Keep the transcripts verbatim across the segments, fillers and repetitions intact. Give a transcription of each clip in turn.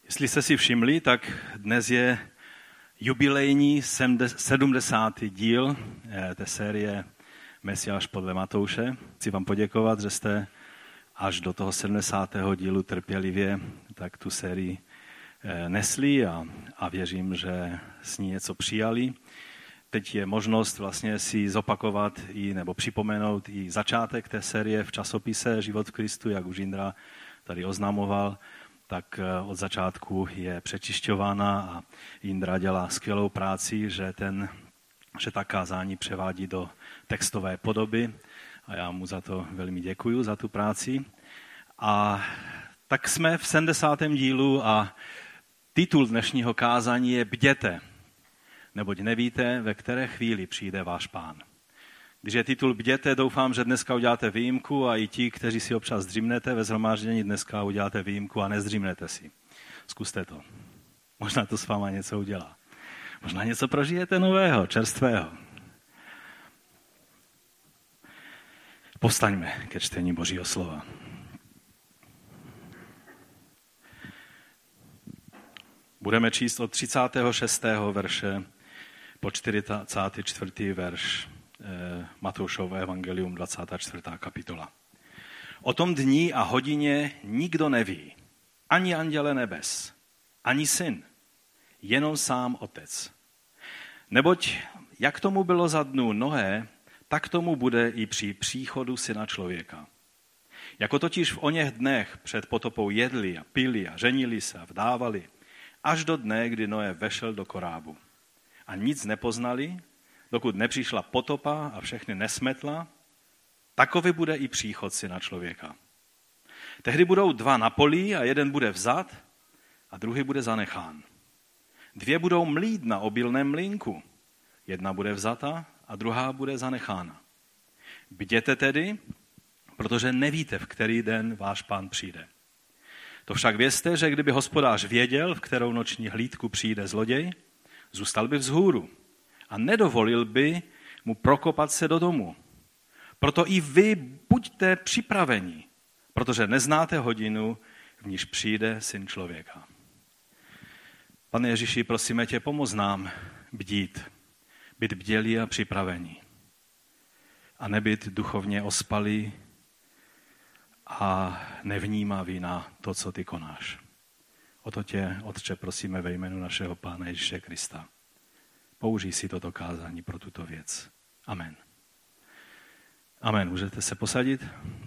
Jestli jste si všimli, tak dnes je jubilejní sedmdesátý díl té série Mesiáš podle Matouše. Chci vám poděkovat, že jste až do toho sedmdesátého dílu trpělivě tak tu sérii nesli a, a věřím, že s ní něco přijali. Teď je možnost vlastně si zopakovat i, nebo připomenout i začátek té série v časopise Život v Kristu, jak už Jindra tady oznamoval, tak od začátku je přečišťována a Jindra dělá skvělou práci, že, ten, že ta kázání převádí do textové podoby a já mu za to velmi děkuju, za tu práci. A tak jsme v sedmdesátém dílu a titul dnešního kázání je Bděte, neboť nevíte, ve které chvíli přijde váš Pán. Když je titul Bděte, doufám, že dneska uděláte výjimku a i ti, kteří si občas zdřímnete ve shromáždění, dneska uděláte výjimku a nezdřímnete si. Zkuste to. Možná to s váma něco udělá. Možná něco prožijete nového, čerstvého. Povstaňme ke čtení Božího slova. Budeme číst od třicátého šestého verše po čtyřicátý čtvrtý verš Matoušovo evangelium, dvacátá čtvrtá kapitola. O tom dni a hodině nikdo neví, ani anděle nebes, ani syn, jenom sám Otec. Neboť jak tomu bylo za dnů Noé, tak tomu bude i při příchodu Syna člověka. Jako totiž v oněch dnech před potopou jedli a pili a ženili se a vdávali, až do dne, kdy Noé vešel do korábu. A nic nepoznali, dokud nepřišla potopa a všechny nesmetla, takový bude i příchod Syna člověka. Tehdy budou dva na poli a jeden bude vzat a druhý bude zanechán. Dvě budou mlít na obilném mlýnku. Jedna bude vzata a druhá bude zanechána. Bděte tedy, protože nevíte, v který den váš Pán přijde. To však vězte, že kdyby hospodář věděl, v kterou noční hlídku přijde zloděj, zůstal by vzhůru a nedovolil by mu prokopat se do domu. Proto i vy buďte připraveni, protože neznáte hodinu, v níž přijde Syn člověka. Pane Ježíši, prosíme tě, pomoz nám bdít, být bdělí a připraveni a nebyt duchovně ospalí a nevnímaví na to, co ty konáš. O to tě, Otče, prosíme ve jménu našeho Pána Ježíše Krista. Použij si toto kázání pro tuto věc. Amen. Amen. Můžete se posadit?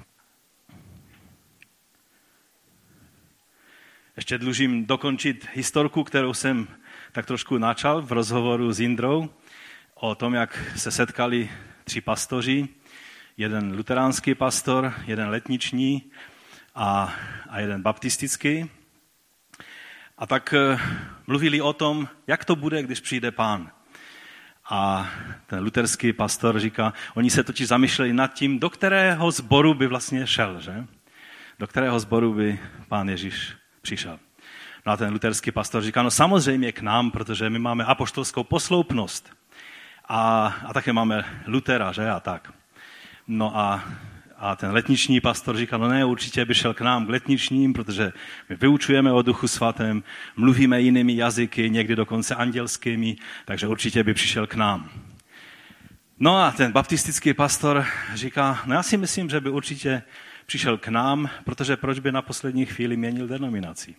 Ještě dlužím dokončit historku, kterou jsem tak trošku načal v rozhovoru s Jindrou o tom, jak se setkali tři pastoři. Jeden luteránský pastor, jeden letniční a, a jeden baptistický. A tak mluvili o tom, jak to bude, když přijde Pán. A ten luterský pastor říká, oni se totiž zamýšleli nad tím, do kterého sboru by vlastně šel, že? Do kterého sboru by Pán Ježíš přišel. No a ten luterský pastor říká, no samozřejmě k nám, protože my máme apoštolskou posloupnost. A, a také máme Lutera, že? A tak. No a, a ten letniční pastor říká, no ne, určitě by šel k nám, k letničním, protože my vyučujeme o Duchu Svatém, mluvíme jinými jazyky, někdy dokonce andělskými, takže určitě by přišel k nám. No a ten baptistický pastor říká, no já si myslím, že by určitě přišel k nám, protože proč by na poslední chvíli měnil denominaci?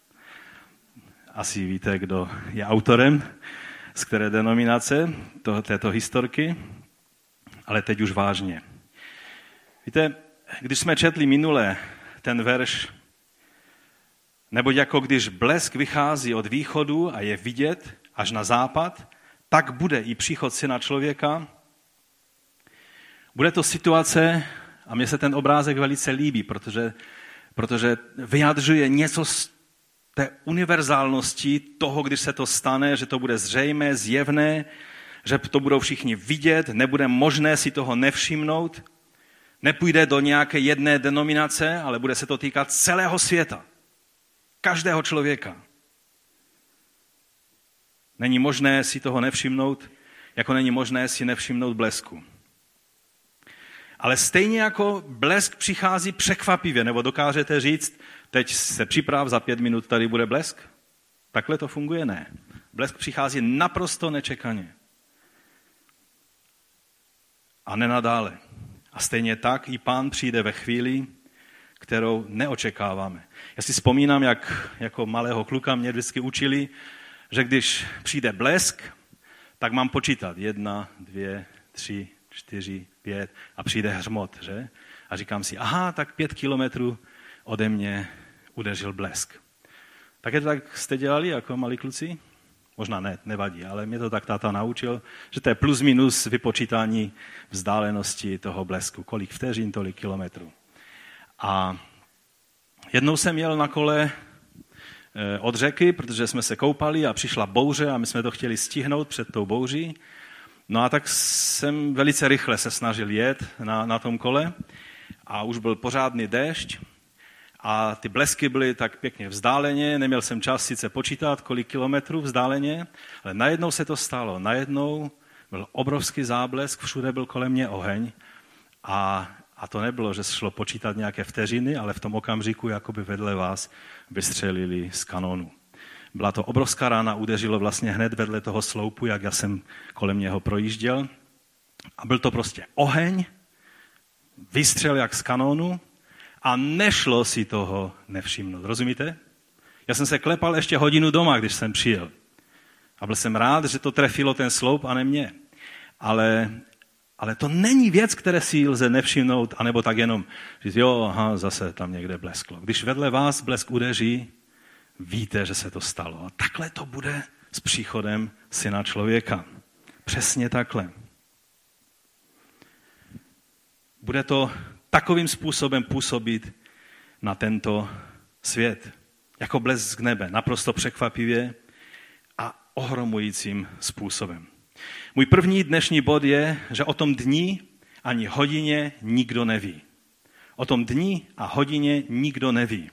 Asi víte, kdo je autorem, z které denominace to, této historky, ale teď už vážně. Víte, když jsme četli minule ten verš, neboť jako když blesk vychází od východu a je vidět až na západ, tak bude i příchod Syna člověka. Bude to situace, a mně se ten obrázek velice líbí, protože, protože vyjadřuje něco z té univerzálnosti toho, když se to stane, že to bude zřejmé, zjevné, že to budou všichni vidět, nebude možné si toho nevšimnout, nepůjde do nějaké jedné denominace, ale bude se to týkat celého světa, každého člověka. Není možné si toho nevšimnout, jako není možné si nevšimnout blesku. Ale stejně jako blesk přichází překvapivě, nebo dokážete říct, teď se připrav, za pět minut tady bude blesk. Takhle to funguje? Ne. Blesk přichází naprosto nečekaně. A nenadále. A stejně tak i Pán přijde ve chvíli, kterou neočekáváme. Já si vzpomínám, jak jako malého kluka mě vždycky učili, že když přijde blesk, tak mám počítat. Jedna, dvě, tři, čtyři, pět a přijde hřmot, že? A říkám si, aha, tak pět kilometrů ode mě udeřil blesk. Také to tak jste dělali jako malí kluci? Možná ne, nevadí, ale mě to tak táta naučil, že to je plus minus vypočítání vzdálenosti toho blesku. Kolik vteřin, tolik kilometrů. A jednou jsem jel na kole od řeky, protože jsme se koupali a přišla bouře a my jsme to chtěli stihnout před tou bouří. No a tak jsem velice rychle se snažil jet na, na tom kole a už byl pořádný déšť a ty blesky byly tak pěkně vzdáleně, neměl jsem čas sice počítat, kolik kilometrů vzdáleně, ale najednou se to stalo, najednou byl obrovský záblesk, všude byl kolem mě oheň a, a to nebylo, že šlo počítat nějaké vteřiny, ale v tom okamžiku jakoby vedle vás vystřelili z kanonu. Byla to obrovská rána, udeřilo vlastně hned vedle toho sloupu, jak já jsem kolem něho projížděl. A byl to prostě oheň, výstřel jak z kanónu a nešlo si toho nevšimnout. Rozumíte? Já jsem se klepal ještě hodinu doma, když jsem přijel. A byl jsem rád, že to trefilo ten sloup a ne mě. Ale, ale to není věc, které si lze nevšimnout, anebo tak jenom říct, jo, aha, zase tam někde blesklo. Když vedle vás blesk udeří, víte, že se to stalo. A takhle to bude s příchodem Syna člověka. Přesně takhle. Bude to takovým způsobem působit na tento svět. Jako blesk nebe. Naprosto překvapivě a ohromujícím způsobem. Můj první dnešní bod je, že o tom dni ani hodině nikdo neví. O tom dni a hodině nikdo neví.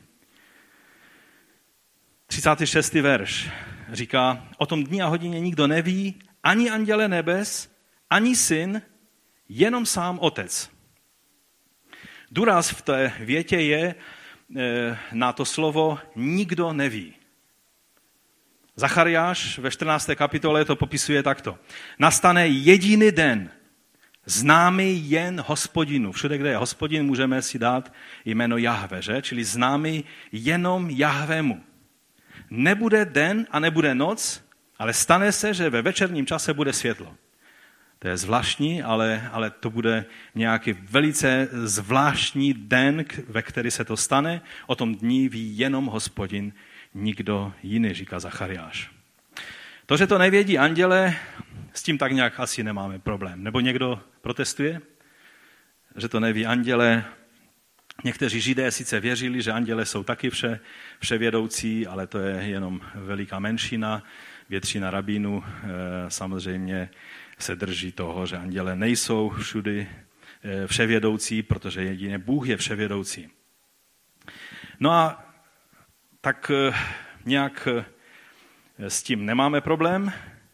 třicátý šestý verš říká, o tom dni a hodině nikdo neví, ani anděle nebes, ani syn, jenom sám otec. Důraz v té větě je na to slovo nikdo neví. Zachariáš ve čtrnácté kapitole to popisuje takto. Nastane jediný den, známý jen Hospodinu. Všude, kde je Hospodin, můžeme si dát jméno Jahve, že? Čili známý jenom Jahvemu. Nebude den a nebude noc, ale stane se, že ve večerním čase bude světlo. To je zvláštní, ale, ale to bude nějaký velice zvláštní den, ve který se to stane. O tom dní ví jenom Hospodin, nikdo jiný, říká Zachariáš. To, že to nevědí anděle, s tím tak nějak asi nemáme problém. Nebo někdo protestuje, že to neví anděle. Někteří Židé sice věřili, že anděle jsou taky vše, vševědoucí, ale to je jenom veliká menšina. Většina rabínů e, samozřejmě se drží toho, že anděle nejsou všudy e, vševědoucí, protože jedině Bůh je vševědoucí. No a tak e, nějak e, s tím nemáme problém. E,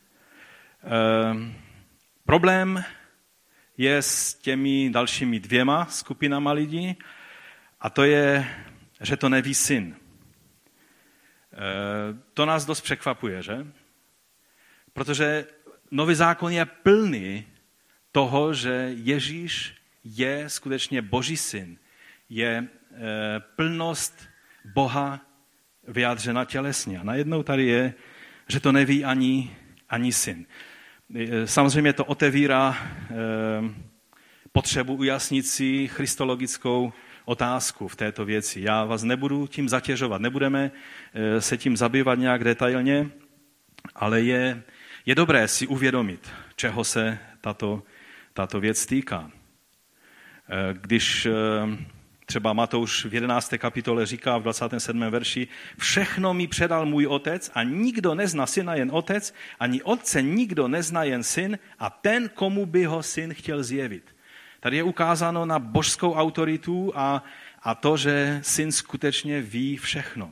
problém je s těmi dalšími dvěma skupinama lidí, a to je, že to neví syn. E, to nás dost překvapuje, že? Protože Nový zákon je plný toho, že Ježíš je skutečně Boží syn. Je e, plnost Boha vyjádřena tělesně. A najednou tady je, že to neví ani, ani syn. E, samozřejmě to otevírá e, potřebu ujasnit si christologickou otázku v této věci. Já vás nebudu tím zatěžovat, nebudeme se tím zabývat nějak detailně, ale je, je dobré si uvědomit, čeho se tato, tato věc týká. Když třeba Matouš v jedenácté kapitole říká v dvacátém sedmém verši, všechno mi předal můj otec a nikdo nezná syna jen otec, ani otce nikdo nezná jen syn a ten, komu by ho syn chtěl zjevit. Tady je ukázáno na božskou autoritu a, a to, že syn skutečně ví všechno.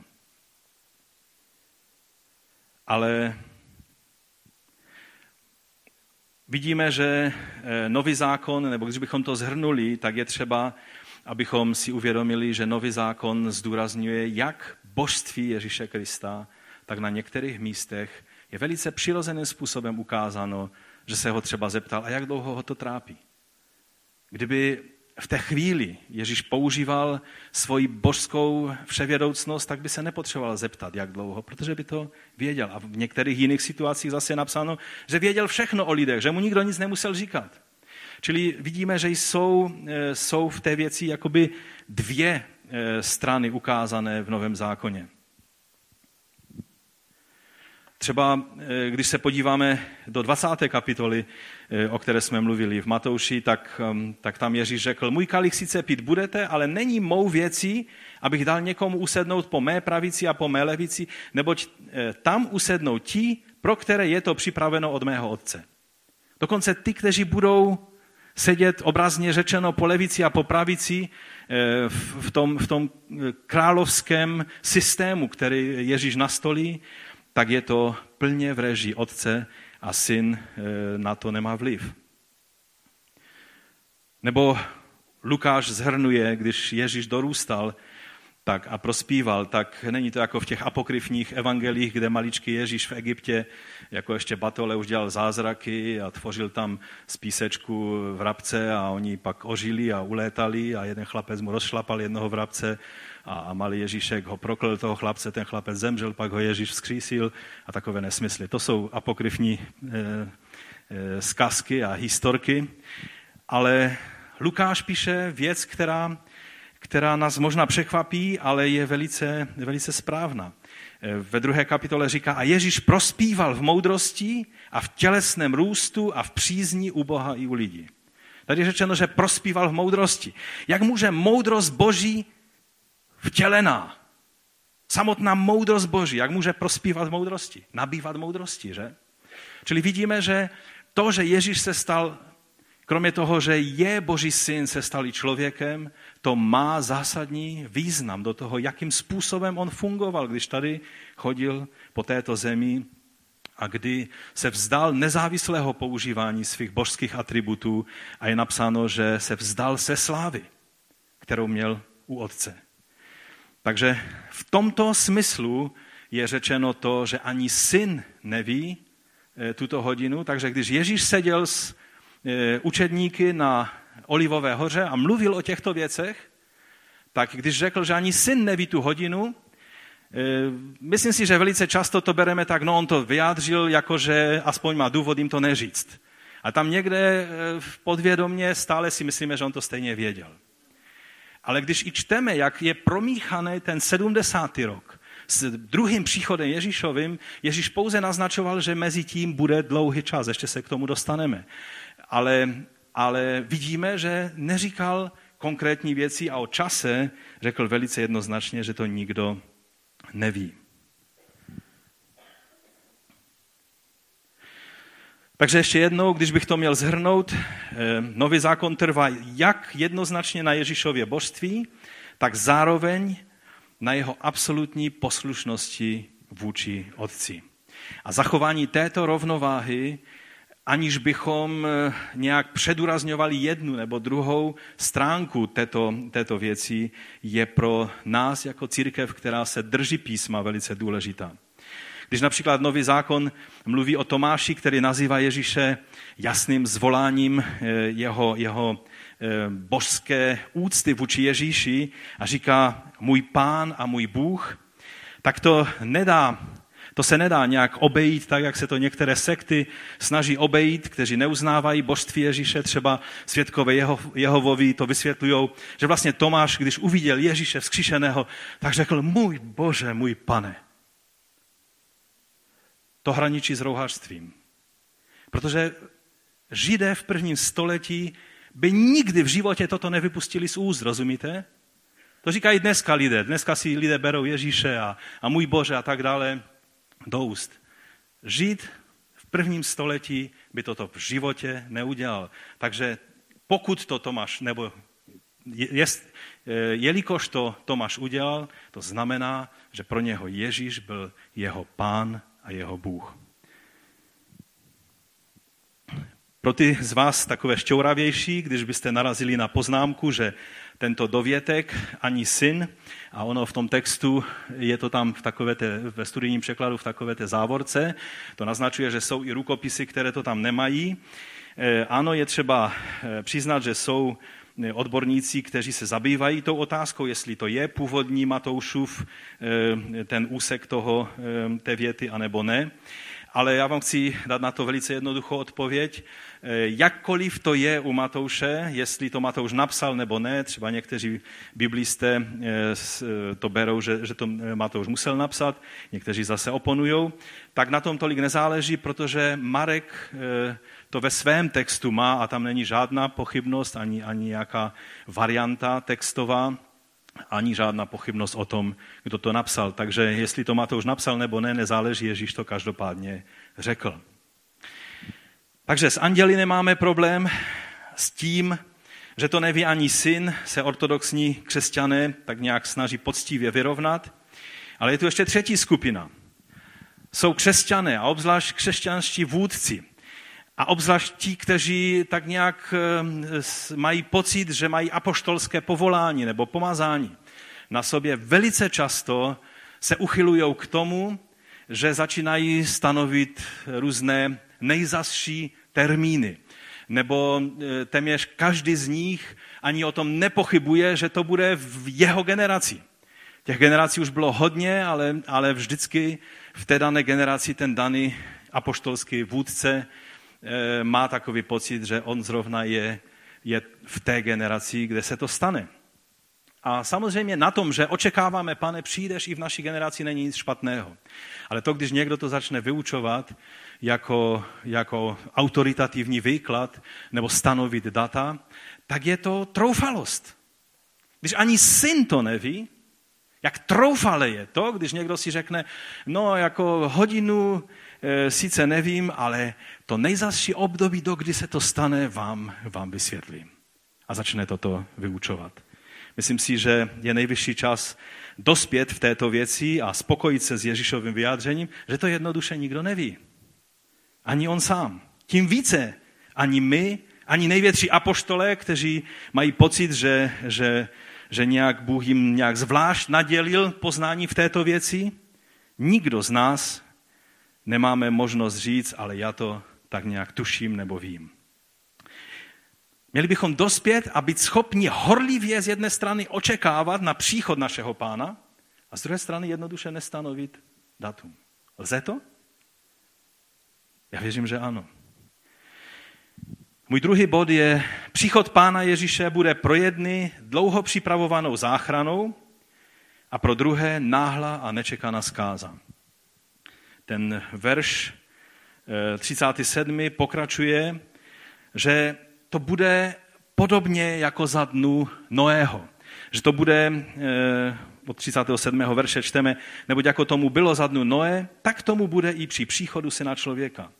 Ale vidíme, že Nový zákon, nebo když bychom to shrnuli, tak je třeba abychom si uvědomili, že nový zákon zdůrazňuje jak božství Ježíše Krista, tak na některých místech je velice přirozeným způsobem ukázáno, že se ho třeba zeptal, a jak dlouho ho to trápí. Kdyby v té chvíli Ježíš používal svoji božskou vševědoucnost, tak by se nepotřeboval zeptat, jak dlouho, protože by to věděl. A v některých jiných situacích zase je napsáno, že věděl všechno o lidech, že mu nikdo nic nemusel říkat. Čili vidíme, že jsou, jsou v té věci jakoby dvě strany ukázané v Novém zákoně. Třeba když se podíváme do dvacáté kapitoly, o které jsme mluvili v Matouši, tak, tak tam Ježíš řekl, můj kalich sice pít budete, ale není mou věcí, abych dal někomu usednout po mé pravici a po mé levici, neboť tam usednou ti, pro které je to připraveno od mého otce. Dokonce ty, kteří budou sedět obrazně řečeno po levici a po pravici v tom, v tom královském systému, který Ježíš nastolí, tak je to plně v režii otce a syn na to nemá vliv. Nebo Lukáš shrnuje, když Ježíš dorůstal tak a prospíval, tak není to jako v těch apokryfních evangelích, kde maličký Ježíš v Egyptě, jako ještě Batole, už dělal zázraky a tvořil tam z písečku vrabce a oni pak ožili a ulétali a jeden chlapec mu rozšlapal jednoho vrabce a, a malý Ježíšek ho proklel toho chlapce, ten chlapec zemřel, pak ho Ježíš vzkřísil a takové nesmysly. To jsou apokryfní eh, eh, zkazky a historky, ale Lukáš píše věc, která která nás možná překvapí, ale je velice, velice správná. Ve druhé kapitole říká, a Ježíš prospíval v moudrosti a v tělesném růstu a v přízni u Boha i u lidí. Tady je řečeno, že prospíval v moudrosti. Jak může moudrost Boží vtělená, samotná moudrost Boží, jak může prospívat v moudrosti, nabývat moudrosti, že? Čili vidíme, že to, že Ježíš se stal, kromě toho, že je Boží syn, se stal i člověkem, to má zásadní význam do toho, jakým způsobem on fungoval, když tady chodil po této zemi a kdy se vzdal nezávislého používání svých božských atributů a je napsáno, že se vzdal se slávy, kterou měl u otce. Takže v tomto smyslu je řečeno to, že ani syn neví tuto hodinu, takže když Ježíš seděl s učedníky na Olivové hoře a mluvil o těchto věcech, tak když řekl, že ani syn neví tu hodinu, myslím si, že velice často to bereme tak, no on to vyjádřil, jakože aspoň má důvod jim to neříct. A tam někde v podvědomě stále si myslíme, že on to stejně věděl. Ale když i čteme, jak je promíchaný ten sedmdesátý rok s druhým příchodem Ježíšovým, Ježíš pouze naznačoval, že mezi tím bude dlouhý čas, ještě se k tomu dostaneme. Ale, ale vidíme, že neříkal konkrétní věci a o čase řekl velice jednoznačně, že to nikdo neví. Takže ještě jednou, když bych to měl shrnout, nový zákon trvá jak jednoznačně na Ježíšově božství, tak zároveň na jeho absolutní poslušnosti vůči Otci. A zachování této rovnováhy, aniž bychom nějak předůrazňovali jednu nebo druhou stránku této, této věci, je pro nás jako církev, která se drží písma, velice důležitá. Když například Nový zákon mluví o Tomáši, který nazývá Ježíše jasným zvoláním jeho, jeho božské úcty vůči Ježíši a říká můj Pán a můj Bůh, tak to nedá, to se nedá nějak obejít, tak jak se to některé sekty snaží obejít, kteří neuznávají božství Ježíše, třeba svědkové Jeho, Jehovovi to vysvětlují, že vlastně Tomáš, když uviděl Ježíše vzkříšeného, tak řekl můj Bože, můj Pane. To hraničí s rouhařstvím. Protože Židé v prvním století by nikdy v životě toto nevypustili z úst, rozumíte? To říkají dneska lidé. Dneska si lidé berou Ježíše a, a můj Bože a tak dále do úst. Žid v prvním století by toto v životě neudělal. Takže pokud to Tomáš, nebo je, jelikož to Tomáš udělal, to znamená, že pro něho Ježíš byl jeho Pán a jeho Bůh. Pro ty z vás takové šťouravější, když byste narazili na poznámku, že tento dovětek, ani syn, a ono v tom textu je to tam v takové té, ve studijním překladu v takové té závorce, to naznačuje, že jsou i rukopisy, které to tam nemají. Ano, je třeba přiznat, že jsou odborníci, kteří se zabývají tou otázkou, jestli to je původní Matoušův ten úsek toho, té věty, anebo ne. Ale já vám chci dát na to velice jednoduchou odpověď. Jakkoliv to je u Matouše, jestli to Matouš napsal nebo ne, třeba někteří biblisté to berou, že, že to Matouš musel napsat, někteří zase oponujou, tak na tom tolik nezáleží, protože Marek to ve svém textu má a tam není žádná pochybnost, ani, ani nějaká varianta textová, ani žádná pochybnost o tom, kdo to napsal. Takže jestli to Matouš napsal nebo ne, nezáleží, Ježíš to každopádně řekl. Takže s anděli nemáme problém, s tím, že to neví ani syn, se ortodoxní křesťané tak nějak snaží poctivě vyrovnat. Ale je tu ještě třetí skupina. Jsou křesťané a obzvlášť křesťanští vůdci. A obzvlášť ti, kteří tak nějak mají pocit, že mají apoštolské povolání nebo pomazání na sobě, velice často se uchylují k tomu, že začínají stanovit různé nejzazší termíny. Nebo téměř každý z nich ani o tom nepochybuje, že to bude v jeho generaci. Těch generací už bylo hodně, ale, ale vždycky v té dané generaci ten daný apoštolský vůdce má takový pocit, že on zrovna je, je v té generaci, kde se to stane. A samozřejmě na tom, že očekáváme, Pane, přijdeš i v naší generaci, není nic špatného. Ale to, když někdo to začne vyučovat jako, jako autoritativní výklad nebo stanovit data, tak je to troufalost. Když ani syn to neví, jak troufale je to, když někdo si řekne, no jako hodinu e, sice nevím, ale to nejzazší období, do kdy se to stane, vám, vám vysvětlím. A začne toto vyučovat. Myslím si, že je nejvyšší čas dospět v této věci a spokojit se s Ježíšovým vyjádřením, že to jednoduše nikdo neví. Ani on sám. Tím více ani my, ani největší apoštolé, kteří mají pocit, že, že, že nějak Bůh jim nějak zvlášť nadělil poznání v této věci, nikdo z nás nemáme možnost říct, ale já to tak nějak tuším nebo vím. Měli bychom dospět a být schopni horlivě z jedné strany očekávat na příchod našeho Pána a z druhé strany jednoduše nestanovit datum. Lze to? Já věřím, že ano. Můj druhý bod je, příchod Pána Ježíše bude pro jedny dlouho připravovanou záchranou a pro druhé náhla a nečekaná zkáza. Ten verš třicátý sedmý pokračuje, že to bude podobně jako za dnu Noého. Že to bude, od třicátého sedmého verše čteme, neboť jako tomu bylo za dnu Noé, tak tomu bude i při příchodu Syna člověka.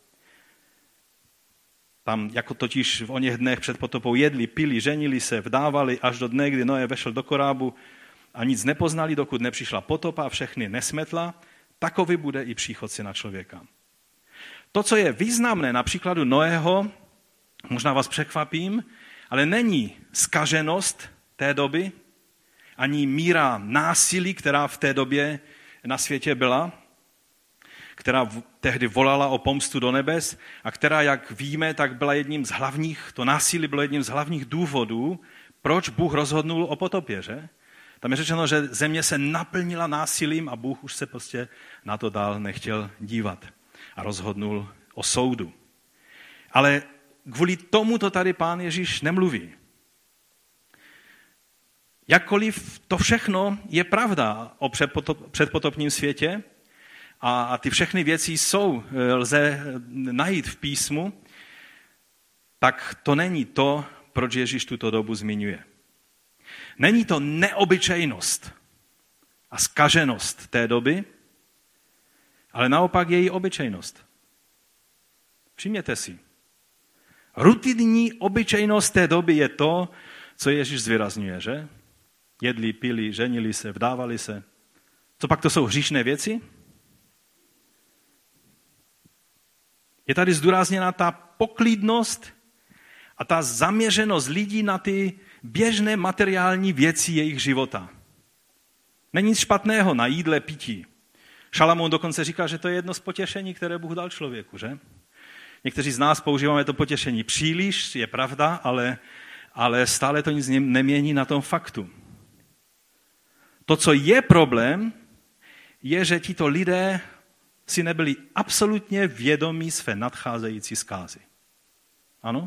Tam jako totiž v oněch dnech před potopou jedli, pili, ženili se, vdávali až do dne, kdy Noé vešel do korábu a nic nepoznali, dokud nepřišla potopa a všechny nesmetla, takový bude i příchod Syna člověka. To, co je významné na příkladu Noého, možná vás překvapím, ale není zkaženost té doby, ani míra násilí, která v té době na světě byla, která tehdy volala o pomstu do nebes a která, jak víme, tak byla jedním z hlavních, to násilí bylo jedním z hlavních důvodů, proč Bůh rozhodnul o potopě, že? Tam je řečeno, že země se naplnila násilím a Bůh už se prostě na to dál nechtěl dívat a rozhodnul o soudu. Ale kvůli tomu to tady Pán Ježíš nemluví. Jakkoliv to všechno je pravda o předpotopním světě a, a ty všechny věci jsou, lze najít v písmu, tak to není to, proč Ježíš tuto dobu zmiňuje. Není to neobyčejnost a zkaženost té doby, ale naopak její obyčejnost. Všimněte si. Rutinní obyčejnost té doby je to, co Ježíš zvýrazňuje, že? Jedli, pili, ženili se, vdávali se. Co pak to jsou hříšné věci? Je tady zdůrazněna ta poklidnost a ta zaměřenost lidí na ty běžné materiální věci jejich života. Není nic špatného na jídle, pití. Šalamoun dokonce říká, že to je jedno z potěšení, které Bůh dal člověku, že? Někteří z nás používáme to potěšení příliš, je pravda, ale, ale stále to nic nemění na tom faktu. To, co je problém, je, že tito lidé si nebyli absolutně vědomí své nadcházející zkázy. Ano?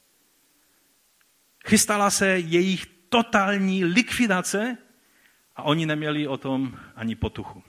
Chystala se jejich totální likvidace a oni neměli o tom ani potuchu.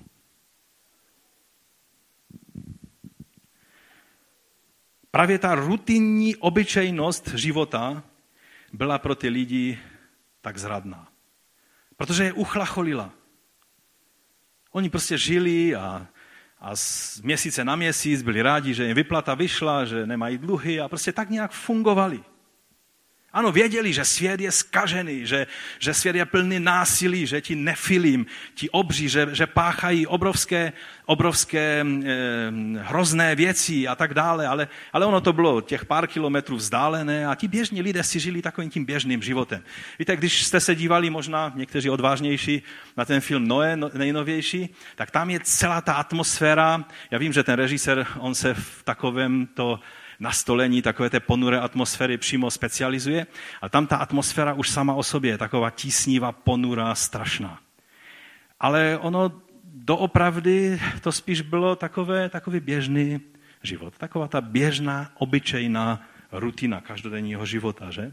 Právě ta rutinní obyčejnost života byla pro ty lidi tak zradná. Protože je uchlacholila. Oni prostě žili a, a z měsíce na měsíc byli rádi, že jim vyplata vyšla, že nemají dluhy a prostě tak nějak fungovali. Ano, věděli, že svět je zkažený, že, že svět je plný násilí, že ti nefilim, ti obří, že, že páchají obrovské, obrovské eh, hrozné věci a tak dále, ale, ale ono to bylo těch pár kilometrů vzdálené a ti běžní lidé si žili takovým tím běžným životem. Víte, když jste se dívali možná někteří odvážnější na ten film Noé, no, nejnovější, tak tam je celá ta atmosféra. Já vím, že ten režisér, on se v takovém to nastolení takové té ponuré atmosféry přímo specializuje, a tam ta atmosféra už sama o sobě je taková tísnivá, ponurá, strašná. Ale ono doopravdy to spíš bylo takové, takový běžný život, taková ta běžná, obyčejná rutina každodenního života, že?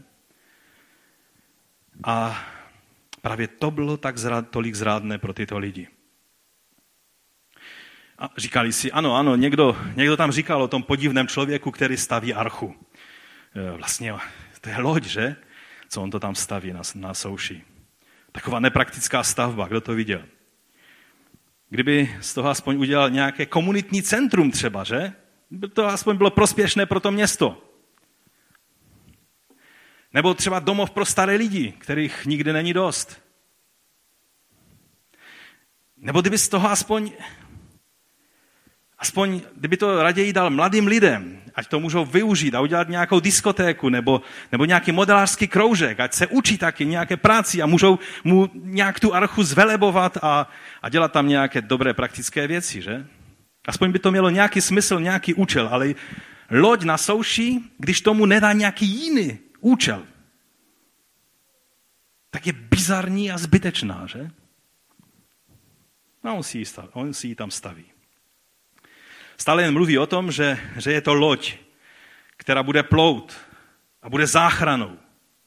A právě to bylo tak zrad, tolik zrádné pro tyto lidi. A říkali si, ano, ano, někdo, někdo tam říkal o tom podivném člověku, který staví archu. Vlastně to je loď, že? Co on to tam staví na, na souši. Taková nepraktická stavba, kdo to viděl? Kdyby z toho aspoň udělal nějaké komunitní centrum třeba, že? By to aspoň bylo prospěšné pro to město. Nebo třeba domov pro staré lidi, kterých nikdy není dost. Nebo kdyby z toho aspoň... Aspoň, kdyby to raději dal mladým lidem, ať to můžou využít a udělat nějakou diskotéku nebo, nebo nějaký modelářský kroužek, ať se učí taky nějaké práci a můžou mu nějak tu archu zvelebovat a, a dělat tam nějaké dobré praktické věci, že? Aspoň by to mělo nějaký smysl, nějaký účel, ale loď na souši, když tomu nedá nějaký jiný účel, tak je bizarní a zbytečná, že? No, on si ji, stav, on si ji tam staví. Stále jen mluví o tom, že, že je to loď, která bude plout a bude záchranou.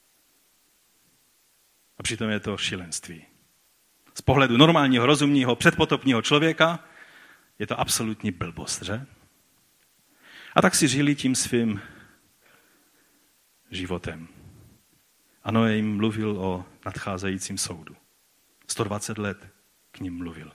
A přitom je to šílenství. Z pohledu normálního, rozumního, předpotopního člověka je to absolutní blbost, že? A tak si žili tím svým životem. A Noé jim mluvil o nadcházejícím soudu. sto dvacet let k nim mluvil.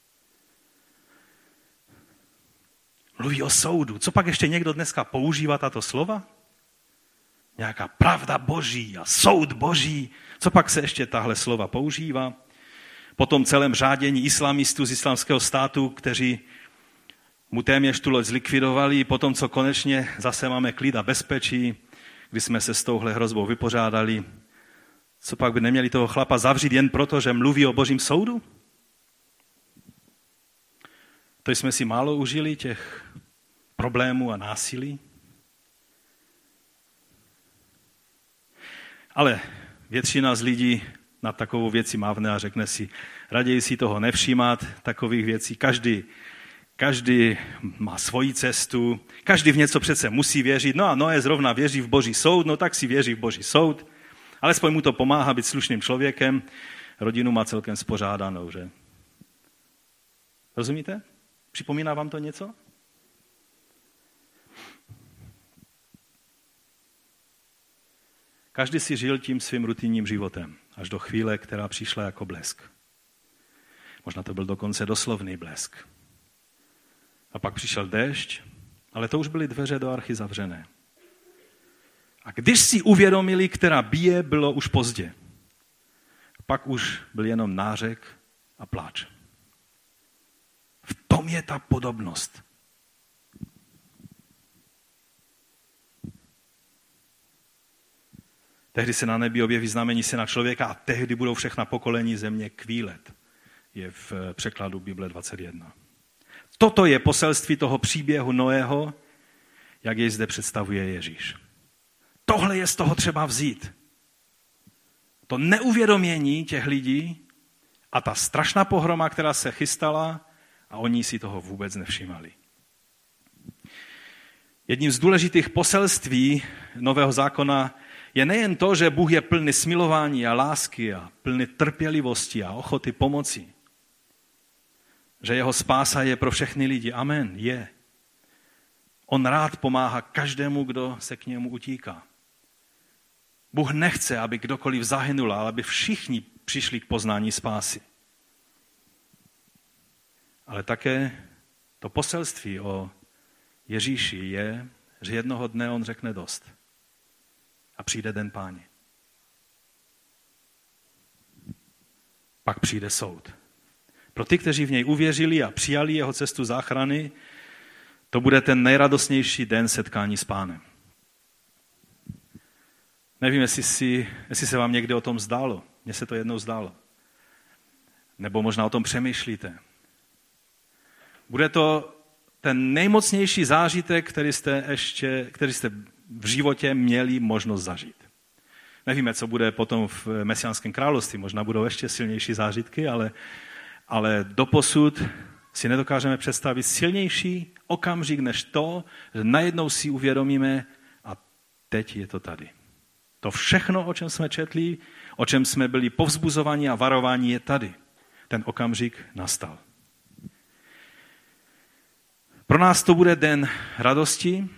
Mluví o soudu. Co pak ještě někdo dneska používá tato slova? Nějaká pravda Boží a soud Boží. Co pak se ještě tahle slova používá? Po tom celém řádění islamistů z Islámského státu, kteří mu téměř tu loď zlikvidovali, potom co konečně zase máme klid a bezpečí, kdy jsme se s touhle hrozbou vypořádali. Co pak by neměli toho chlapa zavřít jen proto, že mluví o Božím soudu? To jsme si málo užili těch problémů a násilí. Ale většina z lidí na takovou věci mávne a řekne si, raději si toho nevšímat, takových věcí. Každý, každý má svoji cestu, každý v něco přece musí věřit. No a Noé zrovna věří v Boží soud, no tak si věří v Boží soud. Alespoň mu to pomáhá být slušným člověkem. Rodinu má celkem spořádanou, že? Rozumíte? Připomíná vám to něco? Každý si žil tím svým rutinním životem, až do chvíle, která přišla jako blesk. Možná to byl dokonce doslovný blesk. A pak přišel déšť, ale to už byly dveře do archy zavřené. A když si uvědomili, která bije, bylo už pozdě. Pak už byl jenom nářek a pláč. V tom je ta podobnost. Tehdy se na nebi objeví znamení Syna člověka a tehdy budou všechna pokolení země kvílet. Je v překladu Bible dvacet jedna. Toto je poselství toho příběhu Noého, jak jej zde představuje Ježíš. Tohle je z toho třeba vzít. To neuvědomění těch lidí a ta strašná pohroma, která se chystala a oni si toho vůbec nevšímali. Jedním z důležitých poselství Nového zákona je nejen to, že Bůh je plný smilování a lásky a plný trpělivosti a ochoty pomoci. Že jeho spása je pro všechny lidi. Amen, je. On rád pomáhá každému, kdo se k němu utíká. Bůh nechce, aby kdokoliv zahynul, ale aby všichni přišli k poznání spásy. Ale také to poselství o Ježíši je, že jednoho dne on řekne dost. A přijde den Páně. Pak přijde soud. Pro ty, kteří v něj uvěřili a přijali jeho cestu záchrany, to bude ten nejradostnější den setkání s Pánem. Nevím, jestli, si, jestli se vám někdy o tom zdálo. Mně se to jednou zdálo. Nebo možná o tom přemýšlíte. Bude to ten nejmocnější zážitek, který jste, ještě, který jste v životě měli možnost zažít. Nevíme, co bude potom v Mesiánském království. Možná budou ještě silnější zážitky, ale, ale doposud si nedokážeme představit silnější okamžik než to, že najednou si uvědomíme a teď je to tady. To všechno, o čem jsme četli, o čem jsme byli povzbuzováni a varováni, je tady. Ten okamžik nastal. Pro nás to bude den radosti,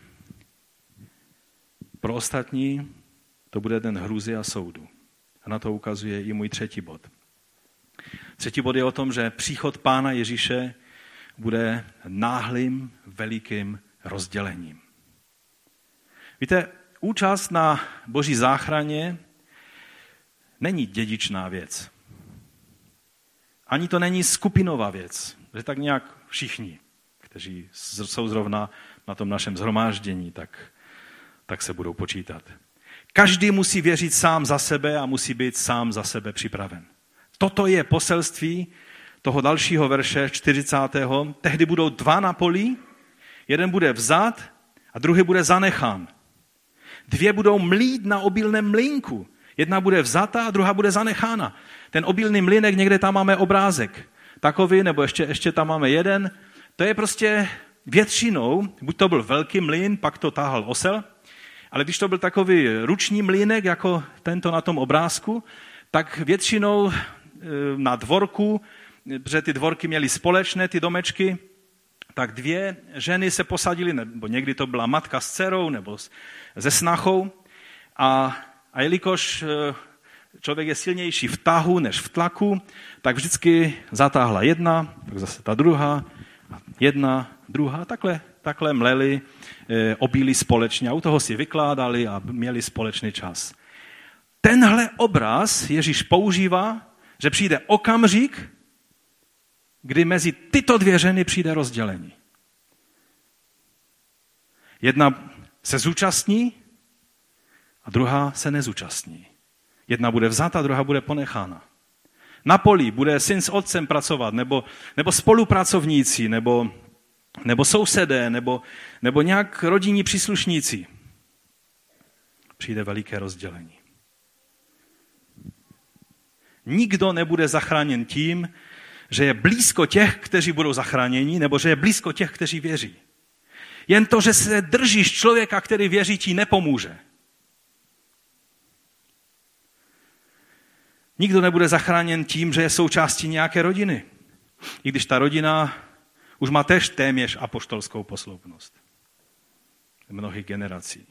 pro ostatní to bude den hrůzy a soudu. A na to ukazuje i můj třetí bod. Třetí bod je o tom, že příchod Pána Ježíše bude náhlým, velikým rozdělením. Víte, účast na Boží záchraně není dědičná věc. Ani to není skupinová věc, že tak nějak všichni, kteří jsou zrovna na tom našem shromáždění, tak, tak se budou počítat. Každý musí věřit sám za sebe a musí být sám za sebe připraven. Toto je poselství toho dalšího verše čtyřicátého Tehdy budou dva na poli, jeden bude vzat a druhý bude zanechán. Dvě budou mlít na obilném mlýnku. Jedna bude vzata a druhá bude zanechána. Ten obilný mlýnek, někde tam máme obrázek. Takový, nebo ještě, ještě tam máme jeden. To je prostě většinou, buď to byl velký mlýn, pak to táhal osel, ale když to byl takový ruční mlýnek, jako tento na tom obrázku, tak většinou na dvorku, protože ty dvorky měly společné, ty domečky, tak dvě ženy se posadily, nebo někdy to byla matka s dcerou, nebo se snachou. A, a jelikož člověk je silnější v tahu než v tlaku, tak vždycky zatáhla jedna, tak zase ta druhá, jedna, druhá, takhle, takhle mleli e, obilí společně a u toho si vykládali a měli společný čas. Tenhle obraz Ježíš používá, že přijde okamžik, kdy mezi tyto dvě ženy přijde rozdělení. Jedna se zúčastní a druhá se nezúčastní. Jedna bude vzata, druhá bude ponechána. Na poli bude syn s otcem pracovat, nebo, nebo spolupracovníci, nebo, nebo sousedé, nebo, nebo nějak rodinní příslušníci. Přijde veliké rozdělení. Nikdo nebude zachráněn tím, že je blízko těch, kteří budou zachráněni, nebo že je blízko těch, kteří věří. Jen to, že se držíš člověka, který věří, ti nepomůže. Nikdo nebude zachráněn tím, že je součástí nějaké rodiny. I když ta rodina už má též téměř apoštolskou posloupnost. Mnohých generací.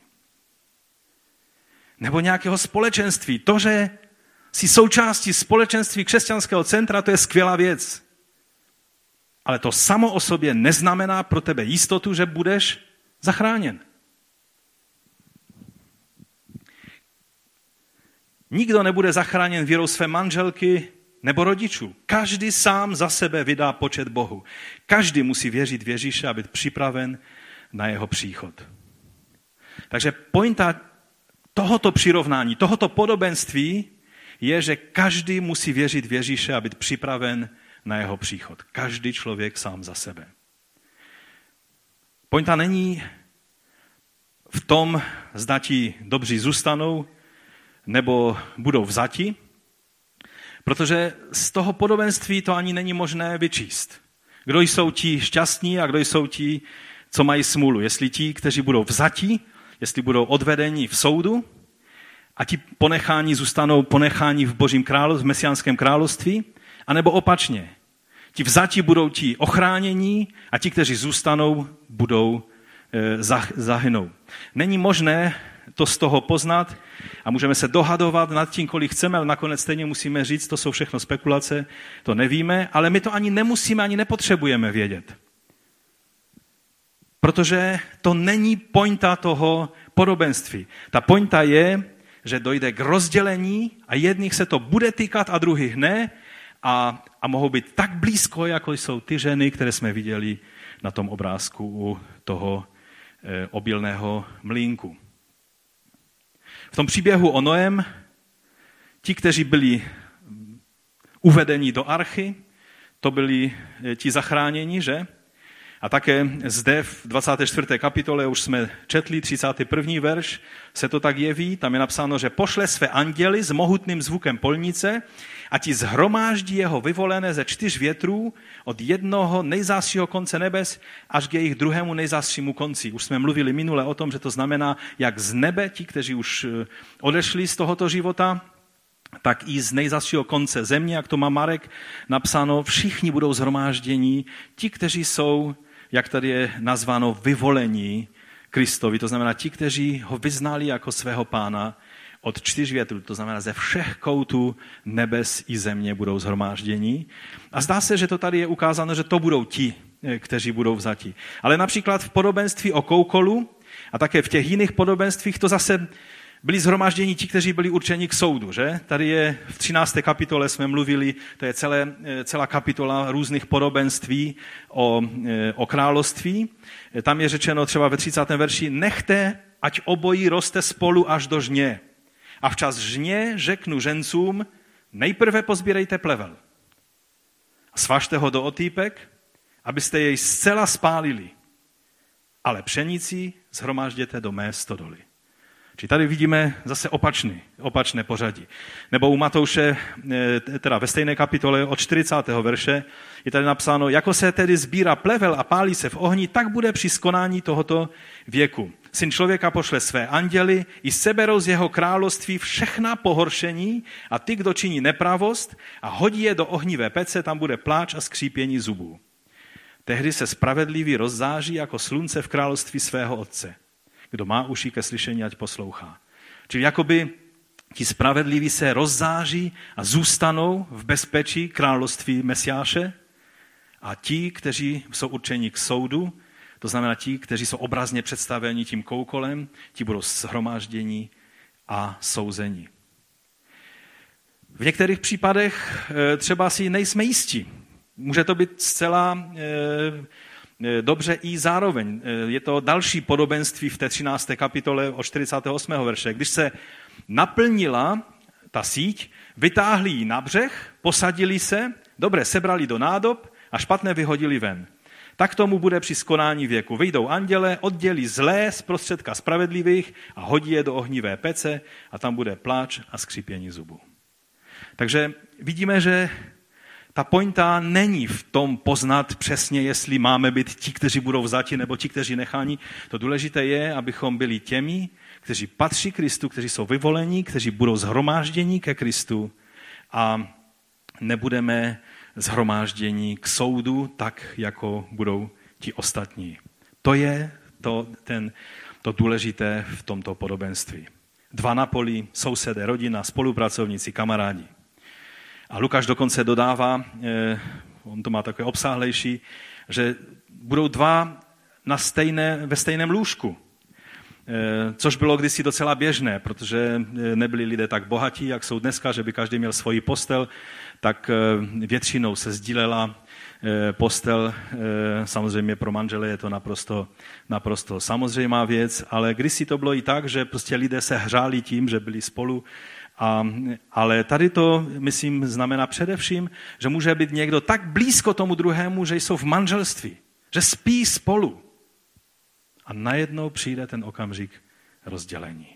Nebo nějakého společenství. To, že jsi součástí společenství křesťanského centra, to je skvělá věc. Ale to samo o sobě neznamená pro tebe jistotu, že budeš zachráněn. Nikdo nebude zachráněn vírou své manželky nebo rodičů. Každý sám za sebe vydá počet Bohu. Každý musí věřit v Ježíše a být připraven na jeho příchod. Takže pointa tohoto přirovnání, tohoto podobenství je, že každý musí věřit v Ježíše a být připraven na jeho příchod. Každý člověk sám za sebe. Pointa není v tom, zda ti dobří zůstanou nebo budou vzati, protože z toho podobenství to ani není možné vyčíst. Kdo jsou ti šťastní a kdo jsou ti, co mají smůlu. Jestli ti, kteří budou vzati, jestli budou odvedeni v soudu a ti ponecháni zůstanou ponecháni v Božím království, v mesiánském království, anebo opačně. Ti vzati budou ti ochránění a ti, kteří zůstanou, budou e, zahynou. Není možné to z toho poznat a můžeme se dohadovat nad tím, kolik chceme, ale nakonec stejně musíme říct, to jsou všechno spekulace, to nevíme, ale my to ani nemusíme, ani nepotřebujeme vědět. Protože to není pointa toho podobenství. Ta pointa je, že dojde k rozdělení a jedných se to bude týkat a druhých ne a, a mohou být tak blízko, jako jsou ty ženy, které jsme viděli na tom obrázku u toho e, obilného mlýnku. V tom příběhu o Noem, ti, kteří byli uvedeni do archy, to byli ti zachráněni, že? A také zde v dvacáté čtvrté kapitole už jsme četli třicátý první verš, se to tak jeví, tam je napsáno, že pošle své anděly s mohutným zvukem polnice a ti zhromáždí jeho vyvolené ze čtyř větrů od jednoho nejzásšího konce nebes až k jejich druhému nejzásšímu konci. Už jsme mluvili minule o tom, že to znamená, jak z nebe, ti, kteří už odešli z tohoto života, tak i z nejzasšího konce země, jak to má Marek napsáno, všichni budou zhromáždění, ti, kteří jsou, jak tady je nazváno, vyvolení Kristovi, to znamená ti, kteří ho vyznali jako svého pána od čtyř větrů, to znamená ze všech koutů nebes i země budou zhromáždění. A zdá se, že to tady je ukázáno, že to budou ti, kteří budou vzati. Ale například v podobenství o koukolu a také v těch jiných podobenstvích to zase byli zhromážděni ti, kteří byli určeni k soudu. Že? Tady je v třinácté kapitole jsme mluvili, to je celé, celá kapitola různých podobenství o, o království. Tam je řečeno třeba ve třicátém verši, nechte, ať obojí roste spolu až do žně. A včas žně řeknu žencům, nejprve pozbírejte plevel. Svažte ho do otýpek, abyste jej zcela spálili. Ale pšenici shromážděte do mé stodoly. Či tady vidíme zase opačný, opačné pořadí. Nebo u Matouše, teda ve stejné kapitole od čtyřicátého verše, je tady napsáno, jako se tedy sbírá plevel a pálí se v ohni, tak bude při skonání tohoto věku. Syn člověka pošle své anděly, i seberou z jeho království všechna pohoršení a ty, kdo činí nepravost a hodí je do ohnivé pece, tam bude pláč a skřípění zubů. Tehdy se spravedlivý rozzáří jako slunce v království svého otce. Kdo má uši ke slyšení, ať poslouchá. Čili jakoby ti spravedliví se rozzáří a zůstanou v bezpečí království Mesiáše a ti, kteří jsou určeni k soudu, to znamená ti, kteří jsou obrazně představeni tím koukolem, ti budou shromážděni a souzeni. V některých případech třeba si nejsme jistí. Může to být zcela dobře i zároveň. Je to další podobenství v té třinácté kapitole od čtyřicátého osmého verše. Když se naplnila ta síť, vytáhli ji na břeh, posadili se, dobré sebrali do nádob a špatné vyhodili ven. Tak tomu bude při skonání věku. Vyjdou anděle, oddělí zlé z prostředka spravedlivých a hodí je do ohnivé pece a tam bude pláč a skřípění zubů. Takže vidíme, že ta pointa není v tom poznat přesně, jestli máme být ti, kteří budou vzati, nebo ti, kteří nechání. To důležité je, abychom byli těmi, kteří patří Kristu, kteří jsou vyvolení, kteří budou shromážděni ke Kristu a nebudeme shromáždění k soudu tak, jako budou ti ostatní. To je to, ten, to důležité v tomto podobenství. Dva na poli, sousedé, rodina, spolupracovníci, kamarádi. A Lukáš dokonce dodává, on to má takové obsáhlejší, že budou dva na stejné, ve stejném lůžku. Což bylo kdysi docela běžné, protože nebyli lidé tak bohatí, jak jsou dneska, že by každý měl svoji postel, tak většinou se sdílela postel. Samozřejmě pro manžele je to naprosto, naprosto samozřejmá věc, ale kdysi to bylo i tak, že prostě lidé se hřáli tím, že byli spolu. A, ale tady to, myslím, znamená především, že může být někdo tak blízko tomu druhému, že jsou v manželství, že spí spolu. A najednou přijde ten okamžik rozdělení.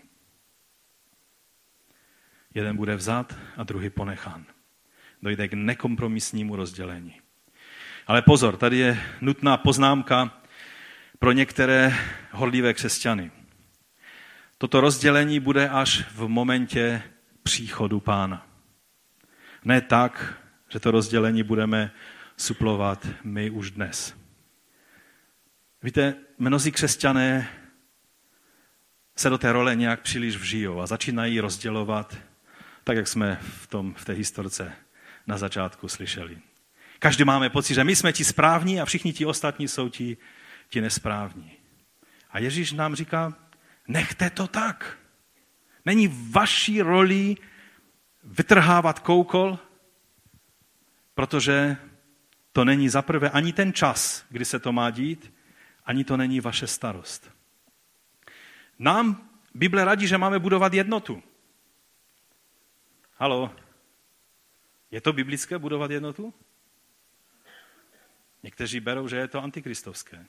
Jeden bude vzat a druhý ponechán. Dojde k nekompromisnímu rozdělení. Ale pozor, tady je nutná poznámka pro některé horlivé křesťany. Toto rozdělení bude až v momentě příchodu Pána. Ne tak, že to rozdělení budeme suplovat my už dnes. Víte, mnozí křesťané se do té role nějak příliš vžijou a začínají rozdělovat, tak jak jsme v, tom, v té historce na začátku slyšeli. Každý máme pocit, že my jsme ti správní a všichni ti ostatní jsou ti, ti nesprávní. A Ježíš nám říká, nechte to tak. Není vaší roli vytrhávat koukol, protože to není zaprvé ani ten čas, kdy se to má dít, ani to není vaše starost. Nám Bible radí, že máme budovat jednotu. Haló, je to biblické budovat jednotu? Někteří berou, že je to antikristovské.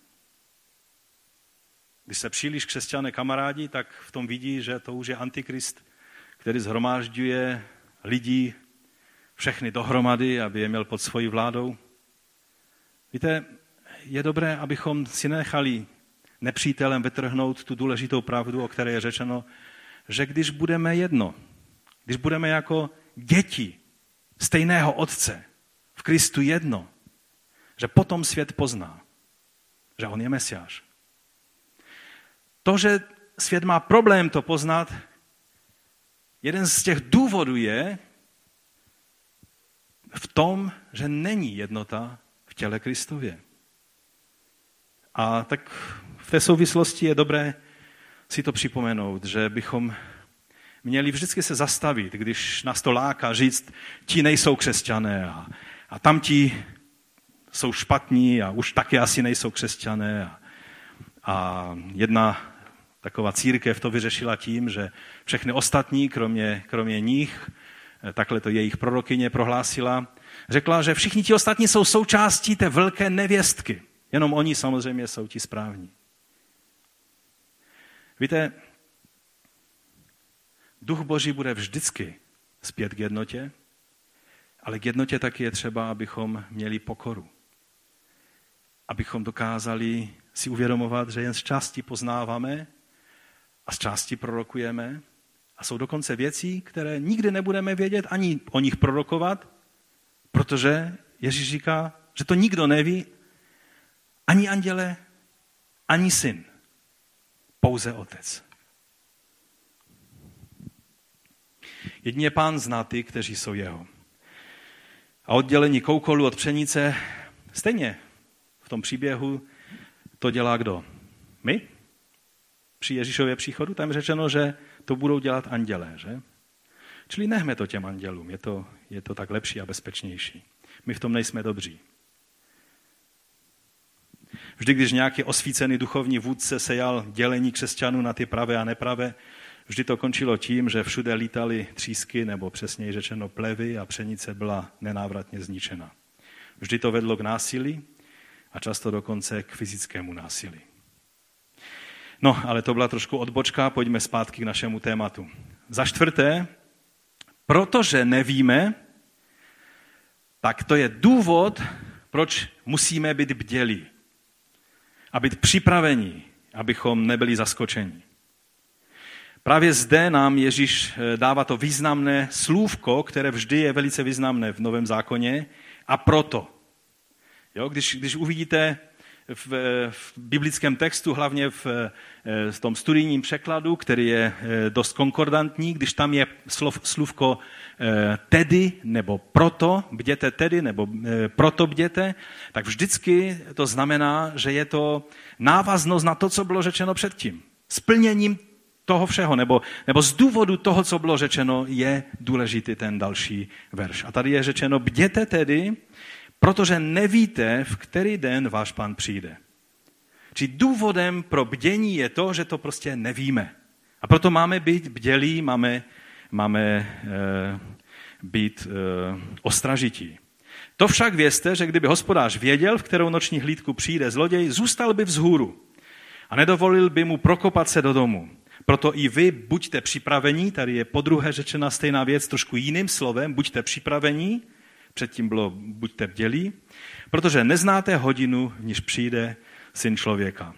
Když se příliš křesťané kamarádí, tak v tom vidí, že to už je antikrist, který shromážďuje lidí všechny dohromady, aby je měl pod svojí vládou. Víte, je dobré, abychom si nechali nepřítelem vytrhnout tu důležitou pravdu, o které je řečeno, že když budeme jedno, když budeme jako děti stejného Otce v Kristu jedno, že potom svět pozná, že on je Mesiáš. To, že svět má problém to poznat, jeden z těch důvodů je v tom, že není jednota v těle Kristově. A tak v té souvislosti je dobré si to připomenout, že bychom měli vždycky se zastavit, když nás to láká říct, ti nejsou křesťané a, a tamti jsou špatní a už taky asi nejsou křesťané. A, a jedna taková církev to vyřešila tím, že všechny ostatní, kromě, kromě nich, takhle to jejich prorokyně prohlásila, řekla, že všichni ti ostatní jsou součástí té velké nevěstky. Jenom oni samozřejmě jsou ti správní. Víte, Duch Boží bude vždycky zpět k jednotě, ale k jednotě taky je třeba, abychom měli pokoru. Abychom dokázali si uvědomovat, že jen z části poznáváme a z části prorokujeme a jsou dokonce věci, které nikdy nebudeme vědět ani o nich prorokovat, protože Ježíš říká, že to nikdo neví, ani anděle, ani syn, pouze Otec. Jedině Pán zná ty, kteří jsou jeho. A oddělení koukolu od pšenice stejně v tom příběhu to dělá kdo? My? Při Ježíšově příchodu tam je řečeno, že to budou dělat andělé, že? Čili nechme to těm andělům, je to, je to tak lepší a bezpečnější. My v tom nejsme dobří. Vždy, když nějaký osvícený duchovní vůdce sejal dělení křesťanů na ty pravé a nepravé, vždy to končilo tím, že všude lítaly třísky, nebo přesněji řečeno plevy a pšenice byla nenávratně zničena. Vždy to vedlo k násilí a často dokonce k fyzickému násilí. No, ale to byla trošku odbočka, pojďme zpátky k našemu tématu. Za čtvrté, protože nevíme, tak to je důvod, proč musíme být bdělí a být připraveni, abychom nebyli zaskočeni. Právě zde nám Ježíš dává to významné slůvko, které vždy je velice významné v Novém zákoně, a proto. Jo, když, když uvidíte v, v biblickém textu, hlavně v, v tom studijním překladu, který je dost konkordantní, když tam je slov, slůvko tedy nebo proto, bděte tedy nebo proto bděte, tak vždycky to znamená, že je to návaznost na to, co bylo řečeno předtím. Splněním toho všeho, nebo, nebo z důvodu toho, co bylo řečeno, je důležitý ten další verš. A tady je řečeno, bděte tedy, protože nevíte, v který den váš Pán přijde. Či důvodem pro bdění je to, že to prostě nevíme. A proto máme být bdělí, máme, máme e, být e, ostražití. To však vězte, že kdyby hospodář věděl, v kterou noční hlídku přijde zloděj, zůstal by vzhůru a nedovolil by mu prokopat se do domu. Proto i vy buďte připraveni, tady je podruhé řečena stejná věc trošku jiným slovem, buďte připraveni, předtím bylo buďte bdělí, protože neznáte hodinu, v níž přijde Syn člověka.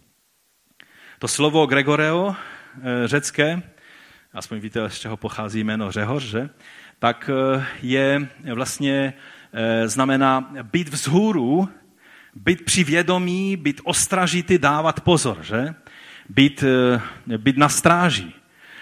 To slovo Gregoreo, řecké, aspoň víte, z čeho pochází jméno Řehoř, že? Tak je vlastně, znamená být vzhůru, být při vědomí, být ostražitý, dávat pozor, že? Být, být na stráži,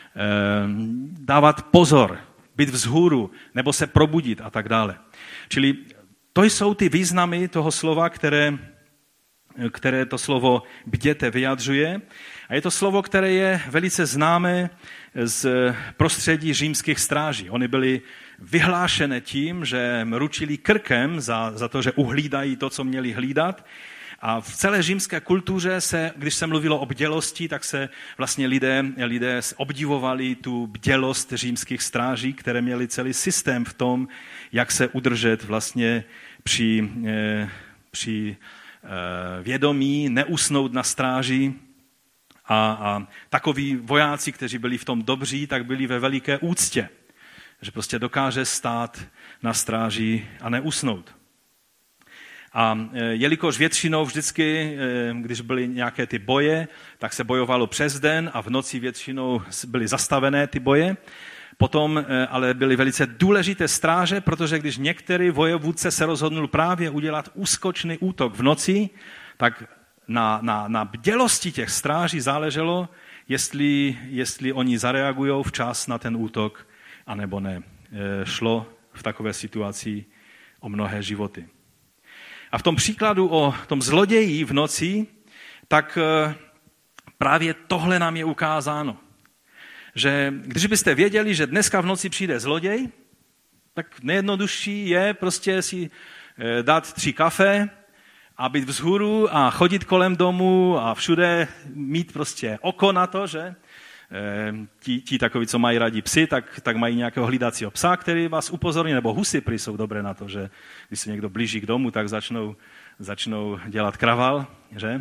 dávat pozor, být vzhůru, nebo se probudit a tak dále. Čili to jsou ty významy toho slova, které, které to slovo bděte vyjadřuje. A je to slovo, které je velice známé z prostředí římských stráží. Oni byli vyhlášené tím, že ručili krkem za, za to, že uhlídají to, co měli hlídat. A v celé římské kultuře se, když se mluvilo o bdělosti, tak se vlastně lidé, lidé obdivovali tu bdělost římských stráží, které měli celý systém v tom, jak se udržet vlastně při, eh, při eh, vědomí, neusnout na stráži. A, a takoví vojáci, kteří byli v tom dobří, tak byli ve veliké úctě, že prostě dokáže stát na stráži a neusnout. A jelikož většinou vždycky, když byly nějaké ty boje, tak se bojovalo přes den a v noci většinou byly zastavené ty boje. Potom ale byly velice důležité stráže, protože když některý vojevůdce se rozhodnul právě udělat úskočný útok v noci, tak na, na, na bdělosti těch stráží záleželo, jestli, jestli oni zareagují včas na ten útok, anebo ne. Šlo v takové situaci o mnohé životy. A v tom příkladu o tom zloději v noci, tak právě tohle nám je ukázáno. Že když byste věděli, že dneska v noci přijde zloděj, tak nejjednodušší je prostě si dát tři kafe a být vzhůru a chodit kolem domu a všude mít prostě oko na to, že ti, ti takoví, co mají rádi psy, tak, tak mají nějakého hlídacího psa, který vás upozorní, nebo husy prý jsou dobré na to, že když se někdo blíží k domu, tak začnou, začnou dělat kraval, že?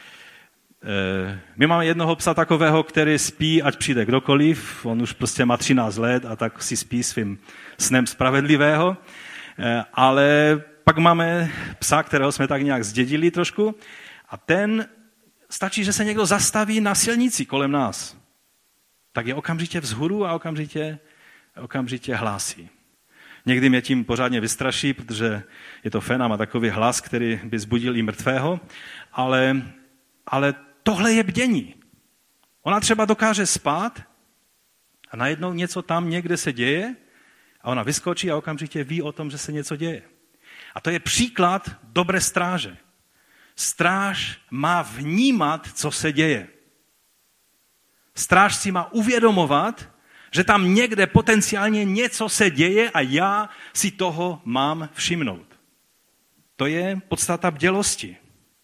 My máme jednoho psa takového, který spí, ať přijde kdokoliv, on už prostě má třináct let a tak si spí svým snem spravedlivého, ale pak máme psa, kterého jsme tak nějak zdědili trošku a ten stačí, že se někdo zastaví na silnici kolem nás, tak je okamžitě vzhůru a okamžitě, okamžitě hlásí. Někdy mě tím pořádně vystraší, protože je to fen a má takový hlas, který by zbudil i mrtvého, ale, ale tohle je bdění. Ona třeba dokáže spát a najednou něco tam někde se děje a ona vyskočí a okamžitě ví o tom, že se něco děje. A to je příklad dobré stráže. Stráž má vnímat, co se děje. Stráž si má uvědomovat, že tam někde potenciálně něco se děje a já si toho mám všimnout. To je podstata bdělosti.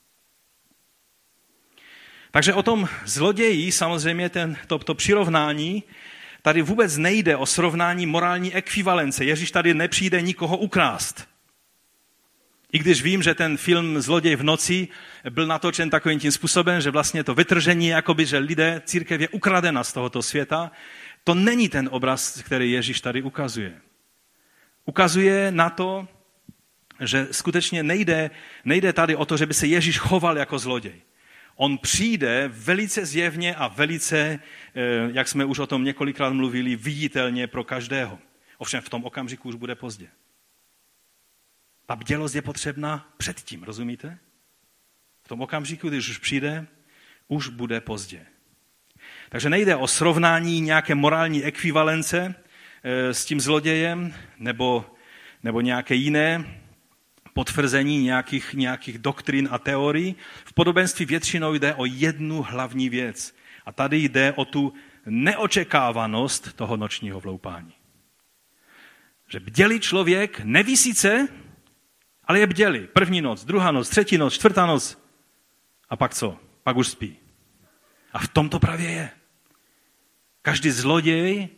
Takže o tom zloději, samozřejmě ten, to, to přirovnání, tady vůbec nejde o srovnání morální ekvivalence. Ježíš tady nepřijde nikoho ukrást. I když vím, že ten film Zloděj v noci byl natočen takovým tím způsobem, že vlastně to vytržení, jakoby, že lidé, církev je ukradena z tohoto světa, to není ten obraz, který Ježíš tady ukazuje. Ukazuje na to, že skutečně nejde, nejde tady o to, že by se Ježíš choval jako zloděj. On přijde velice zjevně a velice, jak jsme už o tom několikrát mluvili, viditelně pro každého. Ovšem v tom okamžiku už bude pozdě. Ta bdělost je potřebná předtím, rozumíte? V tom okamžiku, když už přijde, už bude pozdě. Takže nejde o srovnání nějaké morální ekvivalence s tím zlodějem nebo, nebo nějaké jiné potvrzení nějakých, nějakých doktrin a teorií. V podobenství většinou jde o jednu hlavní věc. A tady jde o tu neočekávanost toho nočního vloupání. Že bdělý člověk neví sice, Ale je bděli. První noc, druhá noc, třetí noc, čtvrtá noc. A pak co? Pak už spí. A v tom to právě je. Každý zloděj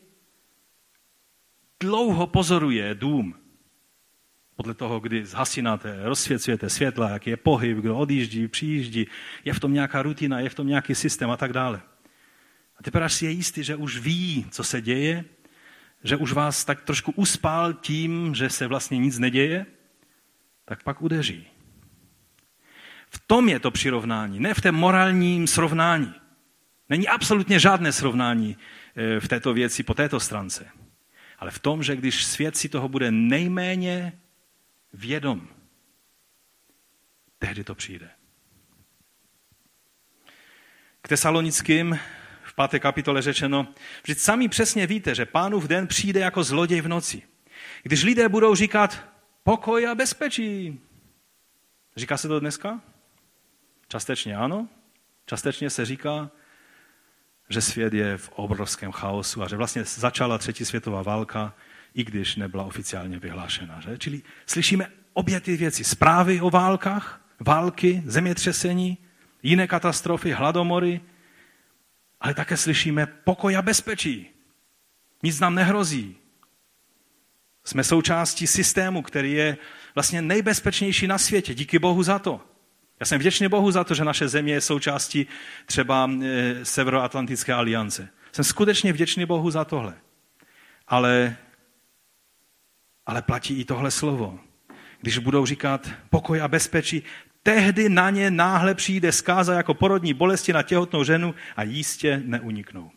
dlouho pozoruje dům. Podle toho, kdy zhasínáte, rozsvěcujete světla, jaký je pohyb, kdo odjíždí, přijíždí, je v tom nějaká rutina, je v tom nějaký systém a tak dále. A teprve až si je jistý, že už ví, co se děje, že už vás tak trošku uspal tím, že se vlastně nic neděje, tak pak udeří. V tom je to přirovnání, ne v tom morálním srovnání. Není absolutně žádné srovnání v této věci po této stránce. Ale v tom, že když svět si toho bude nejméně vědom, tehdy to přijde. K Tesalonickým v páté kapitole řečeno, vždyť sami přesně víte, že Pánův den přijde jako zloděj v noci. Když lidé budou říkat pokoj a bezpečí. Říká se to dneska? Částečně ano. Částečně se říká, že svět je v obrovském chaosu a že vlastně začala třetí světová válka, i když nebyla oficiálně vyhlášena. Že? Čili slyšíme obě ty věci. Zprávy o válkách, války, zemětřesení, jiné katastrofy, hladomory, ale také slyšíme pokoj a bezpečí. Nic nám nehrozí. Jsme součástí systému, který je vlastně nejbezpečnější na světě. Díky Bohu za to. Já jsem vděčný Bohu za to, že naše země je součástí třeba e, Severoatlantické aliance. Jsem skutečně vděčný Bohu za tohle. Ale, ale platí i tohle slovo. Když budou říkat pokoj a bezpečí, tehdy na ně náhle přijde zkáza jako porodní bolesti na těhotnou ženu a jistě neuniknou.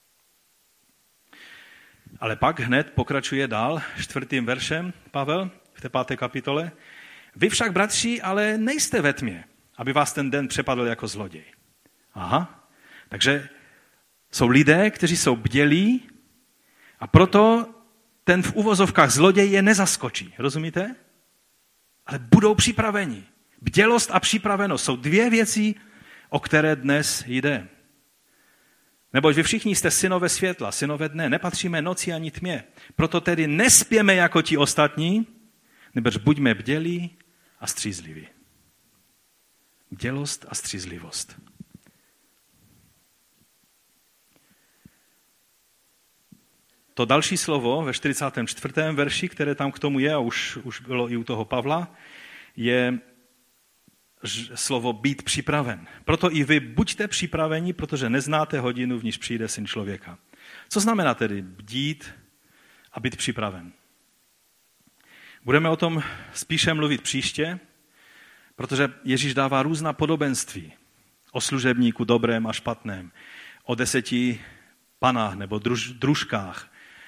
Ale pak hned pokračuje dál čtvrtým veršem Pavel v té páté kapitole. Vy však, bratři, ale nejste ve tmě, aby vás ten den přepadl jako zloděj. Aha, takže jsou lidé, kteří jsou bdělí a proto ten v uvozovkách zloděj je nezaskočí. Rozumíte? Ale budou připraveni. Bdělost a připravenost jsou dvě věci, o které dnes jde. Neboť vy všichni jste synové světla, synové dne, nepatříme noci ani tmě. Proto tedy nespěme jako ti ostatní, nebož buďme bdělí a střízliví. Bdělost a střízlivost. To další slovo ve čtyřicátém čtvrtém verši, které tam k tomu je, a už, už bylo i u toho Pavla, je slovo být připraven. Proto i vy buďte připraveni, protože neznáte hodinu, v níž přijde Syn člověka. Co znamená tedy bdít a být připraven? Budeme o tom spíše mluvit příště, protože Ježíš dává různá podobenství o služebníku dobrém a špatném, o deseti panách nebo druž, družkách,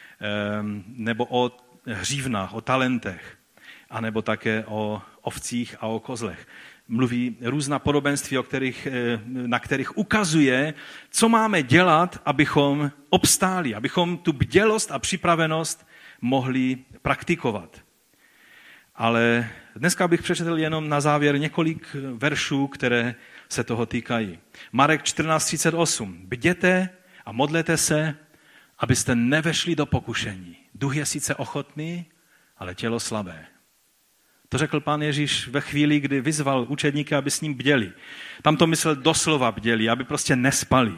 nebo o hřívnách, o talentech, anebo také o ovcích a o kozlech. Mluví různá podobenství, o kterých, na kterých ukazuje, co máme dělat, abychom obstáli, abychom tu bdělost a připravenost mohli praktikovat. Ale dneska bych přečetl jenom na závěr několik veršů, které se toho týkají. Marek čtrnáct třicet osm. Bděte a modlete se, abyste nevešli do pokušení. Duch je sice ochotný, ale tělo slabé. To řekl Pán Ježíš ve chvíli, kdy vyzval učedníky, aby s ním bděli. Tam to myslel doslova bděli, aby prostě nespali.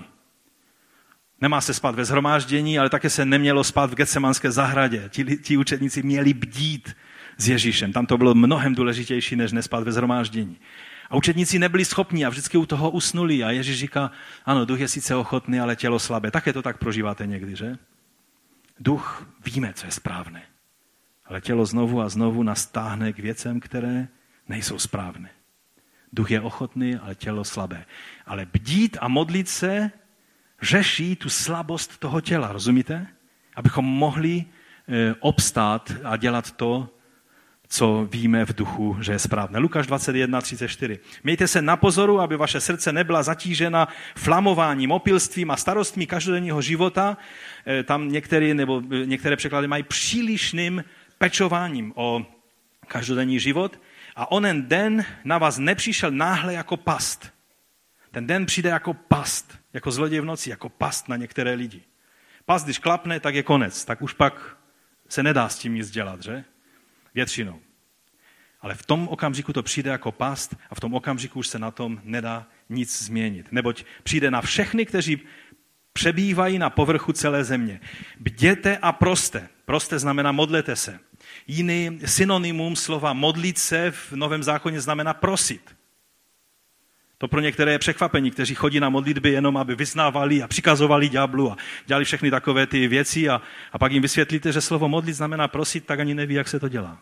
Nemá se spát ve shromáždění, ale také se nemělo spát v Getsemanské zahradě. Ti, ti učedníci měli bdít s Ježíšem. Tam to bylo mnohem důležitější, než nespat ve shromáždění. A učedníci nebyli schopní a vždycky u toho usnuli. A Ježíš říká, ano, duch je sice ochotný, ale tělo slabé. Také to tak prožíváte někdy, že? Duch víme, co je správné. Ale tělo znovu a znovu nás táhne k věcem, které nejsou správné. Duch je ochotný, ale tělo slabé. Ale bdít a modlit se řeší tu slabost toho těla, rozumíte? Abychom mohli obstát a dělat to, co víme v duchu, že je správné. Lukáš dvacet jedna třicet čtyři. Mějte se na pozoru, aby vaše srdce nebyla zatížena flamováním, opilstvím a starostmi každodenního života. Tam některé, nebo některé překlady mají přílišným pečováním o každodenní život. A onen den na vás nepřišel náhle jako past. Ten den přijde jako past, jako zloděj v noci, jako past na některé lidi. Past, když klapne, tak je konec. Tak už pak se nedá s tím nic dělat, že? Většinou. Ale v tom okamžiku to přijde jako past a v tom okamžiku už se na tom nedá nic změnit. Neboť přijde na všechny, kteří přebývají na povrchu celé země. Bděte a proste. Proste znamená modlete se. Jiný synonymum slova modlit se v Novém zákoně znamená prosit. To pro některé je překvapení, kteří chodí na modlitby jenom, aby vyznávali a přikazovali ďáblu a dělali všechny takové ty věci a, a pak jim vysvětlíte, že slovo modlit znamená prosit, tak ani neví, jak se to dělá.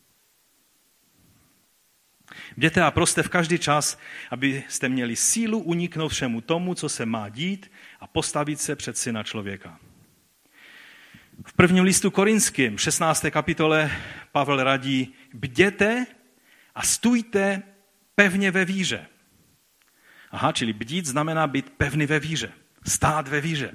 Bděte a proste v každý čas, abyste měli sílu uniknout všemu tomu, co se má dít a postavit se před Syna člověka. V prvním listu Korinským, šestnácté kapitole, Pavel radí, bděte a stůjte pevně ve víře. Aha, čili bdít znamená být pevný ve víře, stát ve víře.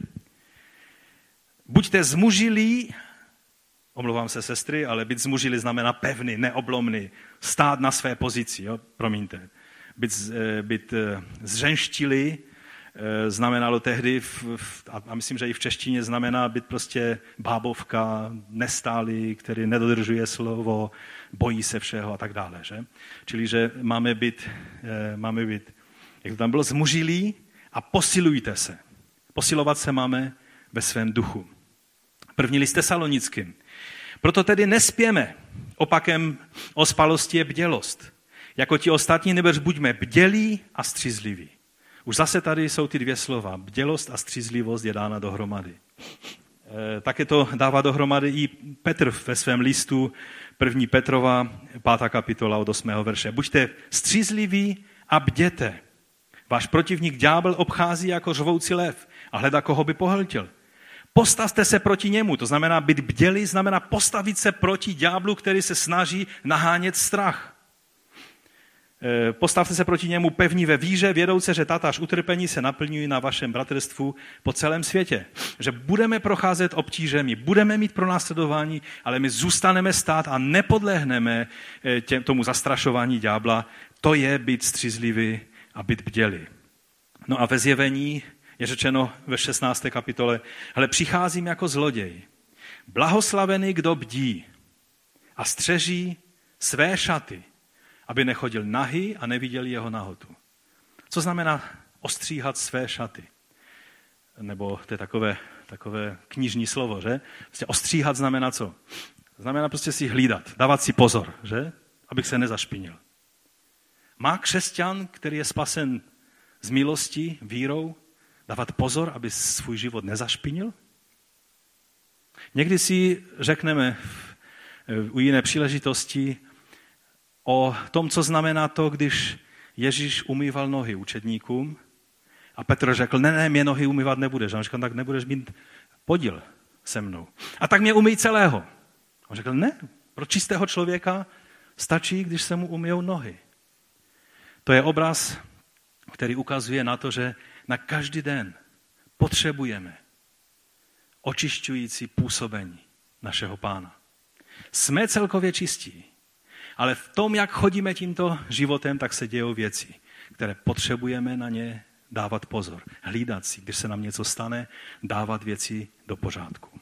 Buďte zmužilí, omlouvám se sestry, ale být zmužilí znamená pevný, neoblomný, stát na své pozici, jo? Promiňte. Být, být zženštilý znamenalo tehdy, v, v, a myslím, že i v češtině znamená být prostě bábovka, nestálý, který nedodržuje slovo, bojí se všeho a tak dále. Že? Čili, že máme být, máme být, jak to tam bylo, zmužilí a posilujte se. Posilovat se máme ve svém duchu. První list Tesalonickým. Proto tedy nespěme. Opakem ospalosti je bdělost. Jako ti ostatní, nebož buďme bdělí a střízliví. Už zase tady jsou ty dvě slova. Bdělost a střízlivost je dána dohromady. E, také to dává dohromady i Petr ve svém listu, první Petrova, pátá kapitola od osmého verše. Buďte střízliví a bděte. Váš protivník ďábel obchází jako řvoucí lev a hledá, koho by pohltil. Postavte se proti němu, to znamená být bdělý, znamená postavit se proti ďáblu, který se snaží nahánět strach. Postavte se proti němu pevní ve víře, vědouce, že tatáž utrpení se naplňují na vašem bratrstvu po celém světě. Že budeme procházet obtížemi, budeme mít pronásledování, ale my zůstaneme stát a nepodlehneme těm, tomu zastrašování ďábla. To je být střízlivý a být bdělý. No a ve Zjevení je řečeno ve šestnácté kapitole, hele, přicházím jako zloděj. Blahoslavený, kdo bdí a střeží své šaty, aby nechodil nahý a neviděl jeho nahotu. Co znamená ostříhat své šaty? Nebo to je takové, takové knižní slovo, že? Prostě ostříhat znamená co? Znamená prostě si hlídat, dávat si pozor, že? Abych se nezašpinil. Má křesťan, který je spasen z milosti, vírou, dávat pozor, aby svůj život nezašpinil? Někdy si řekneme u jiné příležitosti o tom, co znamená to, když Ježíš umýval nohy učedníkům a Petr řekl, ne, ne, mě nohy umývat nebudeš. A on řekl, tak nebudeš mít podíl se mnou. A tak mě umyj celého. On řekl, ne, pro čistého člověka stačí, když se mu umyjou nohy. To je obraz, který ukazuje na to, že na každý den potřebujeme očišťující působení našeho Pána. Jsme celkově čistí, ale v tom, jak chodíme tímto životem, tak se dějou věci, které potřebujeme na ně dávat pozor. Hlídat si, když se nám něco stane, dávat věci do pořádku.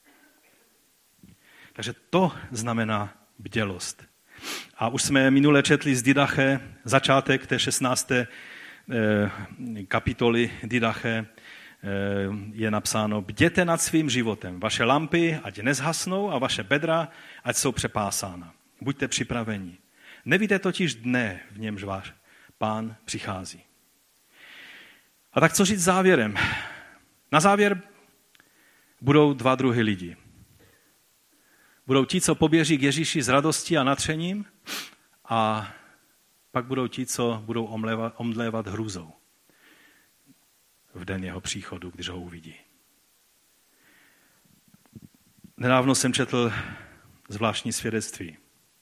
Takže to znamená bdělost. A už jsme minule četli z Didache, začátek té šestnácté kapitoly Didache, je napsáno, bděte nad svým životem, vaše lampy ať nezhasnou a vaše bedra ať jsou přepásána. Buďte připraveni. Nevíte totiž dne, v němž váš Pán přichází. A tak co říct závěrem? Na závěr budou dva druhy lidí. Budou ti, co poběží k Ježíši s radostí a natřením, a pak budou ti, co budou omlévat, omdlévat hrůzou v den jeho příchodu, když ho uvidí. Nedávno jsem četl zvláštní svědectví.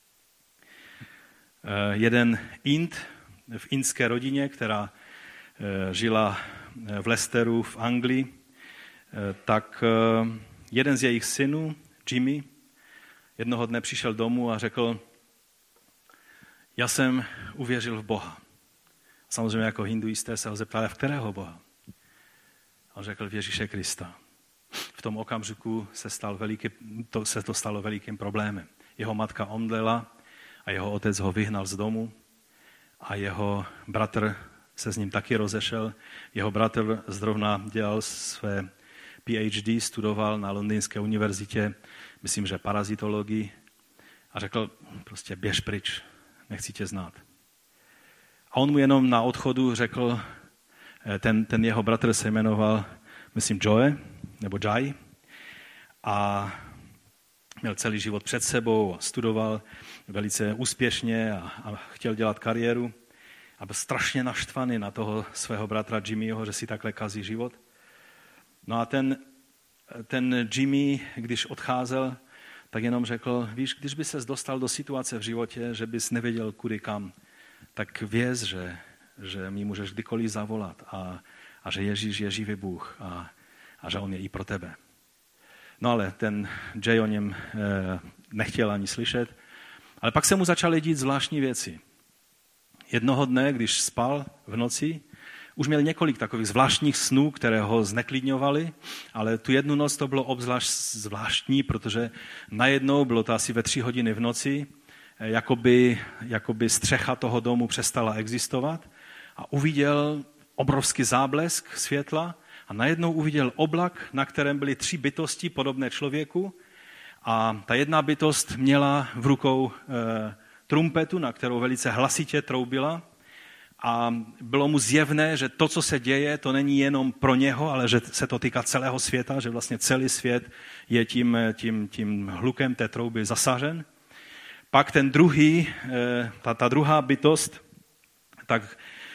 Jeden Ind v indské rodině, která žila v Leicesteru v Anglii, tak jeden z jejich synů, Jimmy, jednoho dne přišel domů a řekl, já jsem uvěřil v Boha. Samozřejmě jako hinduisté se ho zeptali, v kterého Boha? A řekl v Ježíše Krista. V tom okamžiku se, stal veliký, to, se to stalo velikým problémem. Jeho matka omdlela a a jeho otec ho vyhnal z domu a jeho bratr se s ním taky rozešel. Jeho bratr zrovna dělal své P H D, studoval na Londýnské univerzitě, myslím, že parazitologii, a řekl, prostě běž pryč, nechci tě znát. A on mu jenom na odchodu řekl, ten, ten jeho bratr se jmenoval, myslím, Joe, nebo Jai, a měl celý život před sebou, studoval velice úspěšně a, a chtěl dělat kariéru a byl strašně naštvaný na toho svého bratra Jimmyho, že si takhle kazí život. No a ten, ten Jimmy, když odcházel, tak jenom řekl, víš, když by ses dostal do situace v životě, že bys nevěděl kudy kam, tak věz, že, že mi můžeš kdykoliv zavolat a, a že Ježíš je živý Bůh a, a že on je i pro tebe. No ale ten Jay o něm e, nechtěl ani slyšet, ale pak se mu začaly dít zvláštní věci. Jednoho dne, když spal v noci, už měl několik takových zvláštních snů, které ho zneklidňovaly, ale tu jednu noc to bylo obzvlášť zvláštní, protože najednou, bylo to asi ve tři hodiny v noci, jakoby, jakoby střecha toho domu přestala existovat a uviděl obrovský záblesk světla a najednou uviděl oblak, na kterém byly tři bytosti podobné člověku a ta jedna bytost měla v rukou e, trumpetu, na kterou velice hlasitě troubila. A bylo mu zjevné, že to, co se děje, to není jenom pro něho, ale že se to týká celého světa, že vlastně celý svět je tím, tím, tím hlukem té trouby zasažen. Pak ten druhý, ta, ta druhá bytost, tak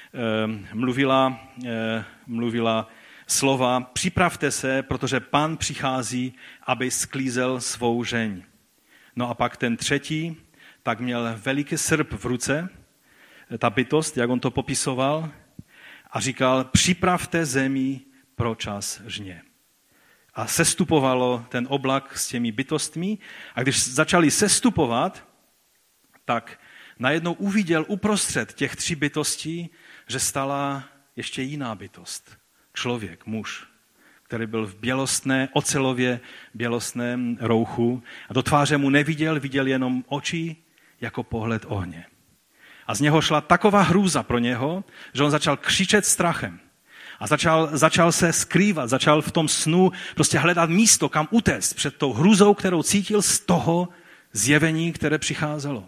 mluvila, mluvila slova, připravte se, protože Pán přichází, aby sklízel svou žeň. No a pak ten třetí, tak měl veliký srp v ruce, ta bytost, jak on to popisoval, a říkal, připravte zemi pro čas žně. A sestupovalo ten oblak s těmi bytostmi a když začali sestupovat, tak najednou uviděl uprostřed těch tří bytostí, že stala ještě jiná bytost. Člověk, muž, který byl v bělostné, ocelově bělostném rouchu a do tváře mu neviděl, viděl jenom oči jako pohled ohně. A z něho šla taková hrůza pro něho, že on začal křičet strachem. A začal, začal se skrývat, začal v tom snu prostě hledat místo, kam utéct před tou hrůzou, kterou cítil z toho zjevení, které přicházelo.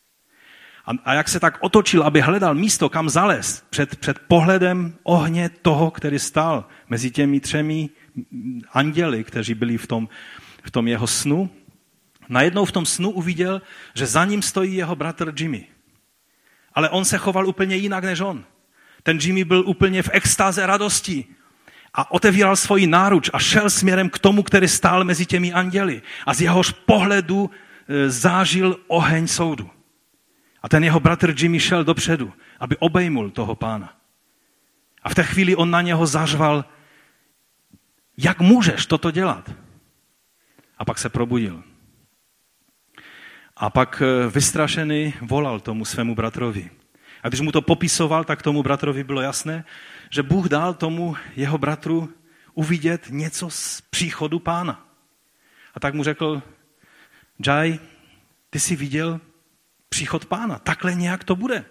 A, a jak se tak otočil, aby hledal místo, kam zalez, před, před pohledem ohně toho, který stál mezi těmi třemi anděli, kteří byli v tom, v tom jeho snu, najednou v tom snu uviděl, že za ním stojí jeho bratr Jimmy. Ale on se choval úplně jinak než on. Ten Jimmy byl úplně v extáze radosti a otevíral svoji náruč a šel směrem k tomu, který stál mezi těmi anděli. A z jehož pohledu zážil oheň soudu. A ten jeho bratr Jimmy šel dopředu, aby obejmul toho Pána. A v té chvíli on na něho zařval, jak můžeš toto dělat? A pak se probudil. A pak vystrašený volal tomu svému bratrovi. A když mu to popisoval, tak tomu bratrovi bylo jasné, že Bůh dal tomu jeho bratru uvidět něco z příchodu Pána. A tak mu řekl, Jai, ty jsi viděl příchod Pána, takhle nějak to bude.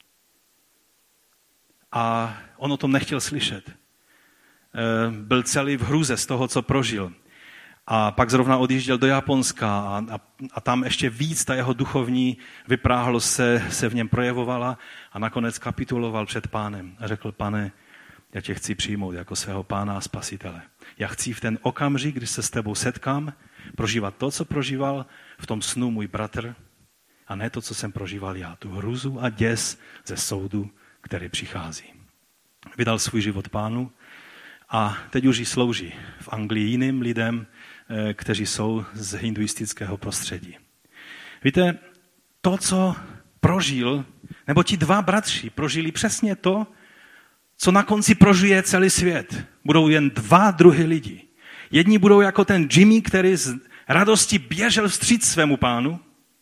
A on o tom nechtěl slyšet. Byl celý v hrůze z toho, co prožil. A pak zrovna odjížděl do Japonska a, a, a tam ještě víc ta jeho duchovní vypráhlost se, se v něm projevovala a nakonec kapituloval před Pánem a řekl, Pane, já tě chci přijmout jako svého Pána a Spasitele. Já chci v ten okamžik, když se s tebou setkám, prožívat to, co prožíval v tom snu můj bratr a ne to, co jsem prožíval já. Tu hruzu a děs ze soudu, který přichází. Vydal svůj život Pánu a teď už ji slouží v Anglii jiným lidem, kteří jsou z hinduistického prostředí. Víte, to, co prožil, nebo ti dva bratři prožili přesně to, co na konci prožije celý svět. Budou jen dva druhy lidí. Jedni budou jako ten Jimmy, který z radosti běžel vstříc svému Pánu.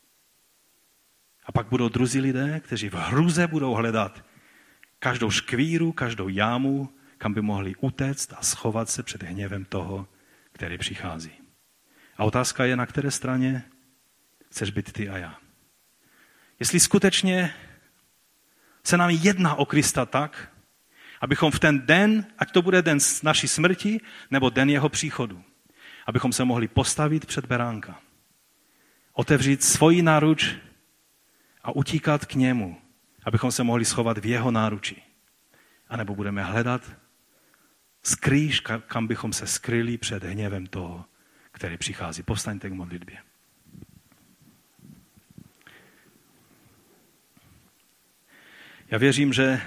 A pak budou druzí lidé, kteří v hruze budou hledat každou škvíru, každou jámu, kam by mohli utéct a schovat se před hněvem toho, který přichází. A otázka je, na které straně chceš být ty a já. Jestli skutečně se nám jedná o Krista tak, abychom v ten den, ať to bude den naší smrti, nebo den jeho příchodu, abychom se mohli postavit před beránka, otevřít svoji náruč a utíkat k němu, abychom se mohli schovat v jeho náruči. A nebo budeme hledat skrýš, kam bychom se skryli před hněvem toho, který přichází. Povstaňte k modlitbě. Já věřím, že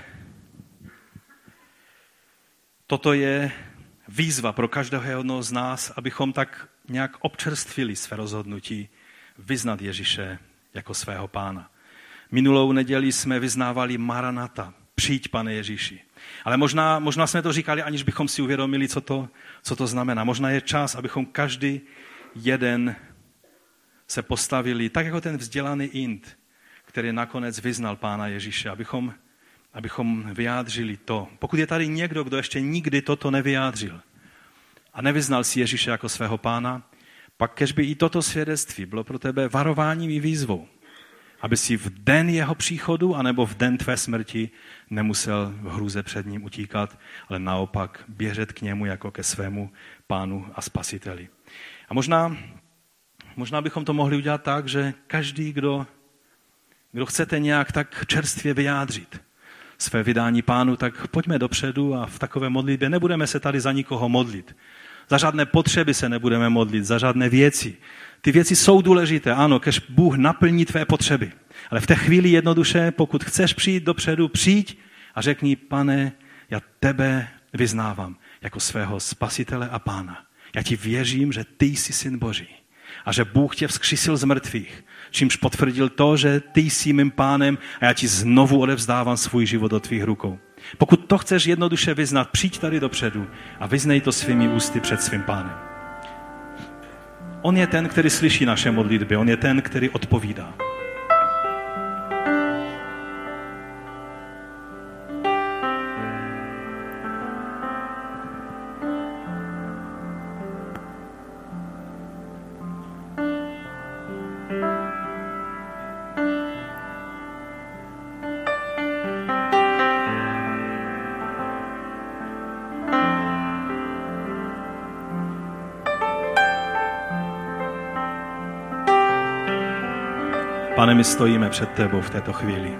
toto je výzva pro každého jednoho z nás, abychom tak nějak občerstvili své rozhodnutí vyznat Ježíše jako svého pána. Minulou neděli jsme vyznávali Maranata, přijď, Pane Ježíši. Ale možná, možná jsme to říkali, aniž bychom si uvědomili, co to, co to znamená. Možná je čas, abychom každý jeden se postavili, tak jako ten vzdělaný Ind, který nakonec vyznal Pána Ježíše, abychom, abychom vyjádřili to. Pokud je tady někdo, kdo ještě nikdy toto nevyjádřil a nevyznal si Ježíše jako svého pána, pak kež by i toto svědectví bylo pro tebe varováním i výzvou, aby si v den jeho příchodu anebo v den tvé smrti nemusel v hrůze před ním utíkat, ale naopak běžet k němu jako ke svému pánu a spasiteli. A možná, možná bychom to mohli udělat tak, že každý, kdo, kdo chcete nějak tak čerstvě vyjádřit své vydání pánu, tak pojďme dopředu a v takové modlitbě nebudeme se tady za nikoho modlit. Za žádné potřeby se nebudeme modlit, za žádné věci. Ty věci jsou důležité, ano, kež Bůh naplní tvé potřeby. Ale v té chvíli jednoduše, pokud chceš přijít dopředu, přijď a řekni, Pane, já tebe vyznávám jako svého spasitele a pána. Já ti věřím, že ty jsi syn Boží a že Bůh tě vzkřísil z mrtvých, čímž potvrdil to, že ty jsi mým pánem a já ti znovu odevzdávám svůj život do tvých rukou. Pokud to chceš jednoduše vyznat, přijď tady dopředu a vyznej to svými ústy před svým pánem. On je ten, který slyší naše modlitby, on je ten, který odpovídá. Pane, my stojíme před tebou v této chvíli.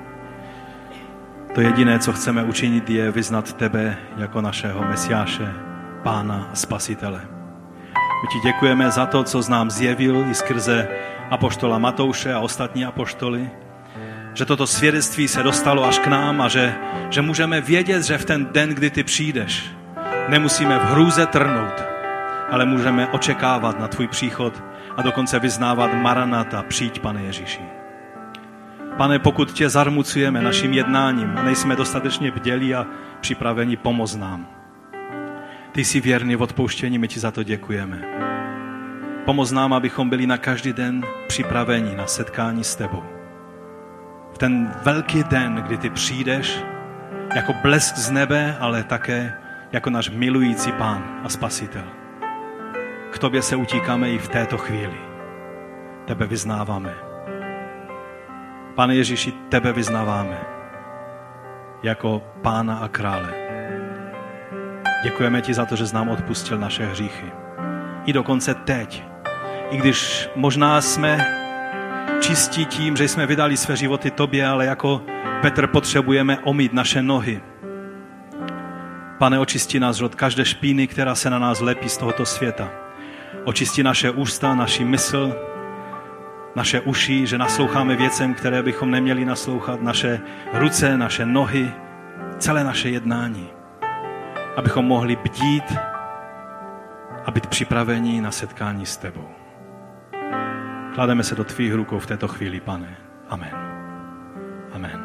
To jediné, co chceme učinit, je vyznat tebe jako našeho Mesiáše, pána a spasitele. My ti děkujeme za to, co nám zjevil i skrze apoštola Matouše a ostatní apoštoly, že toto svědectví se dostalo až k nám a že, že můžeme vědět, že v ten den, kdy ty přijdeš, nemusíme v hrůze trnout, ale můžeme očekávat na tvůj příchod a dokonce vyznávat Maranata, přijď, Pane Ježíši. Pane, pokud tě zarmucujeme naším jednáním a nejsme dostatečně bdělí a připraveni, pomoz nám. Ty jsi věrný v odpouštění, my ti za to děkujeme. Pomoz nám, abychom byli na každý den připraveni na setkání s tebou. V ten velký den, kdy ty přijdeš jako blesk z nebe, ale také jako náš milující Pán a Spasitel. K tobě se utíkáme i v této chvíli. Tebe vyznáváme. Pane Ježíši, tebe vyznáváme jako Pána a Krále. Děkujeme ti za to, že jsi nám odpustil naše hříchy. I dokonce teď, i když možná jsme čistí tím, že jsme vydali své životy tobě, ale jako Petr potřebujeme omýt naše nohy. Pane, očisti nás od každé špíny, která se na nás lepí z tohoto světa. Očisti naše ústa, naši mysl, naše uši, že nasloucháme věcem, které bychom neměli naslouchat, naše ruce, naše nohy, celé naše jednání. Abychom mohli bdít a být připraveni na setkání s tebou. Klademe se do tvých rukou v této chvíli, Pane. Amen. Amen.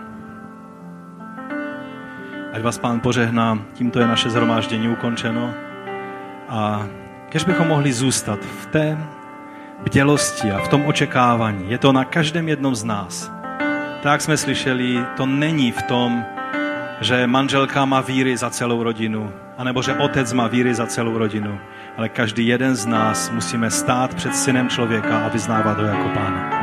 Ať vás Pán požehná, tímto je naše shromáždění ukončeno a kež bychom mohli zůstat v té bdělosti a v tom očekávání. Je to na každém jednom z nás. Tak, jak jsme slyšeli, to není v tom, že manželka má víry za celou rodinu, anebo že otec má víry za celou rodinu, ale každý jeden z nás musíme stát před Synem člověka a vyznávat ho jako Pána.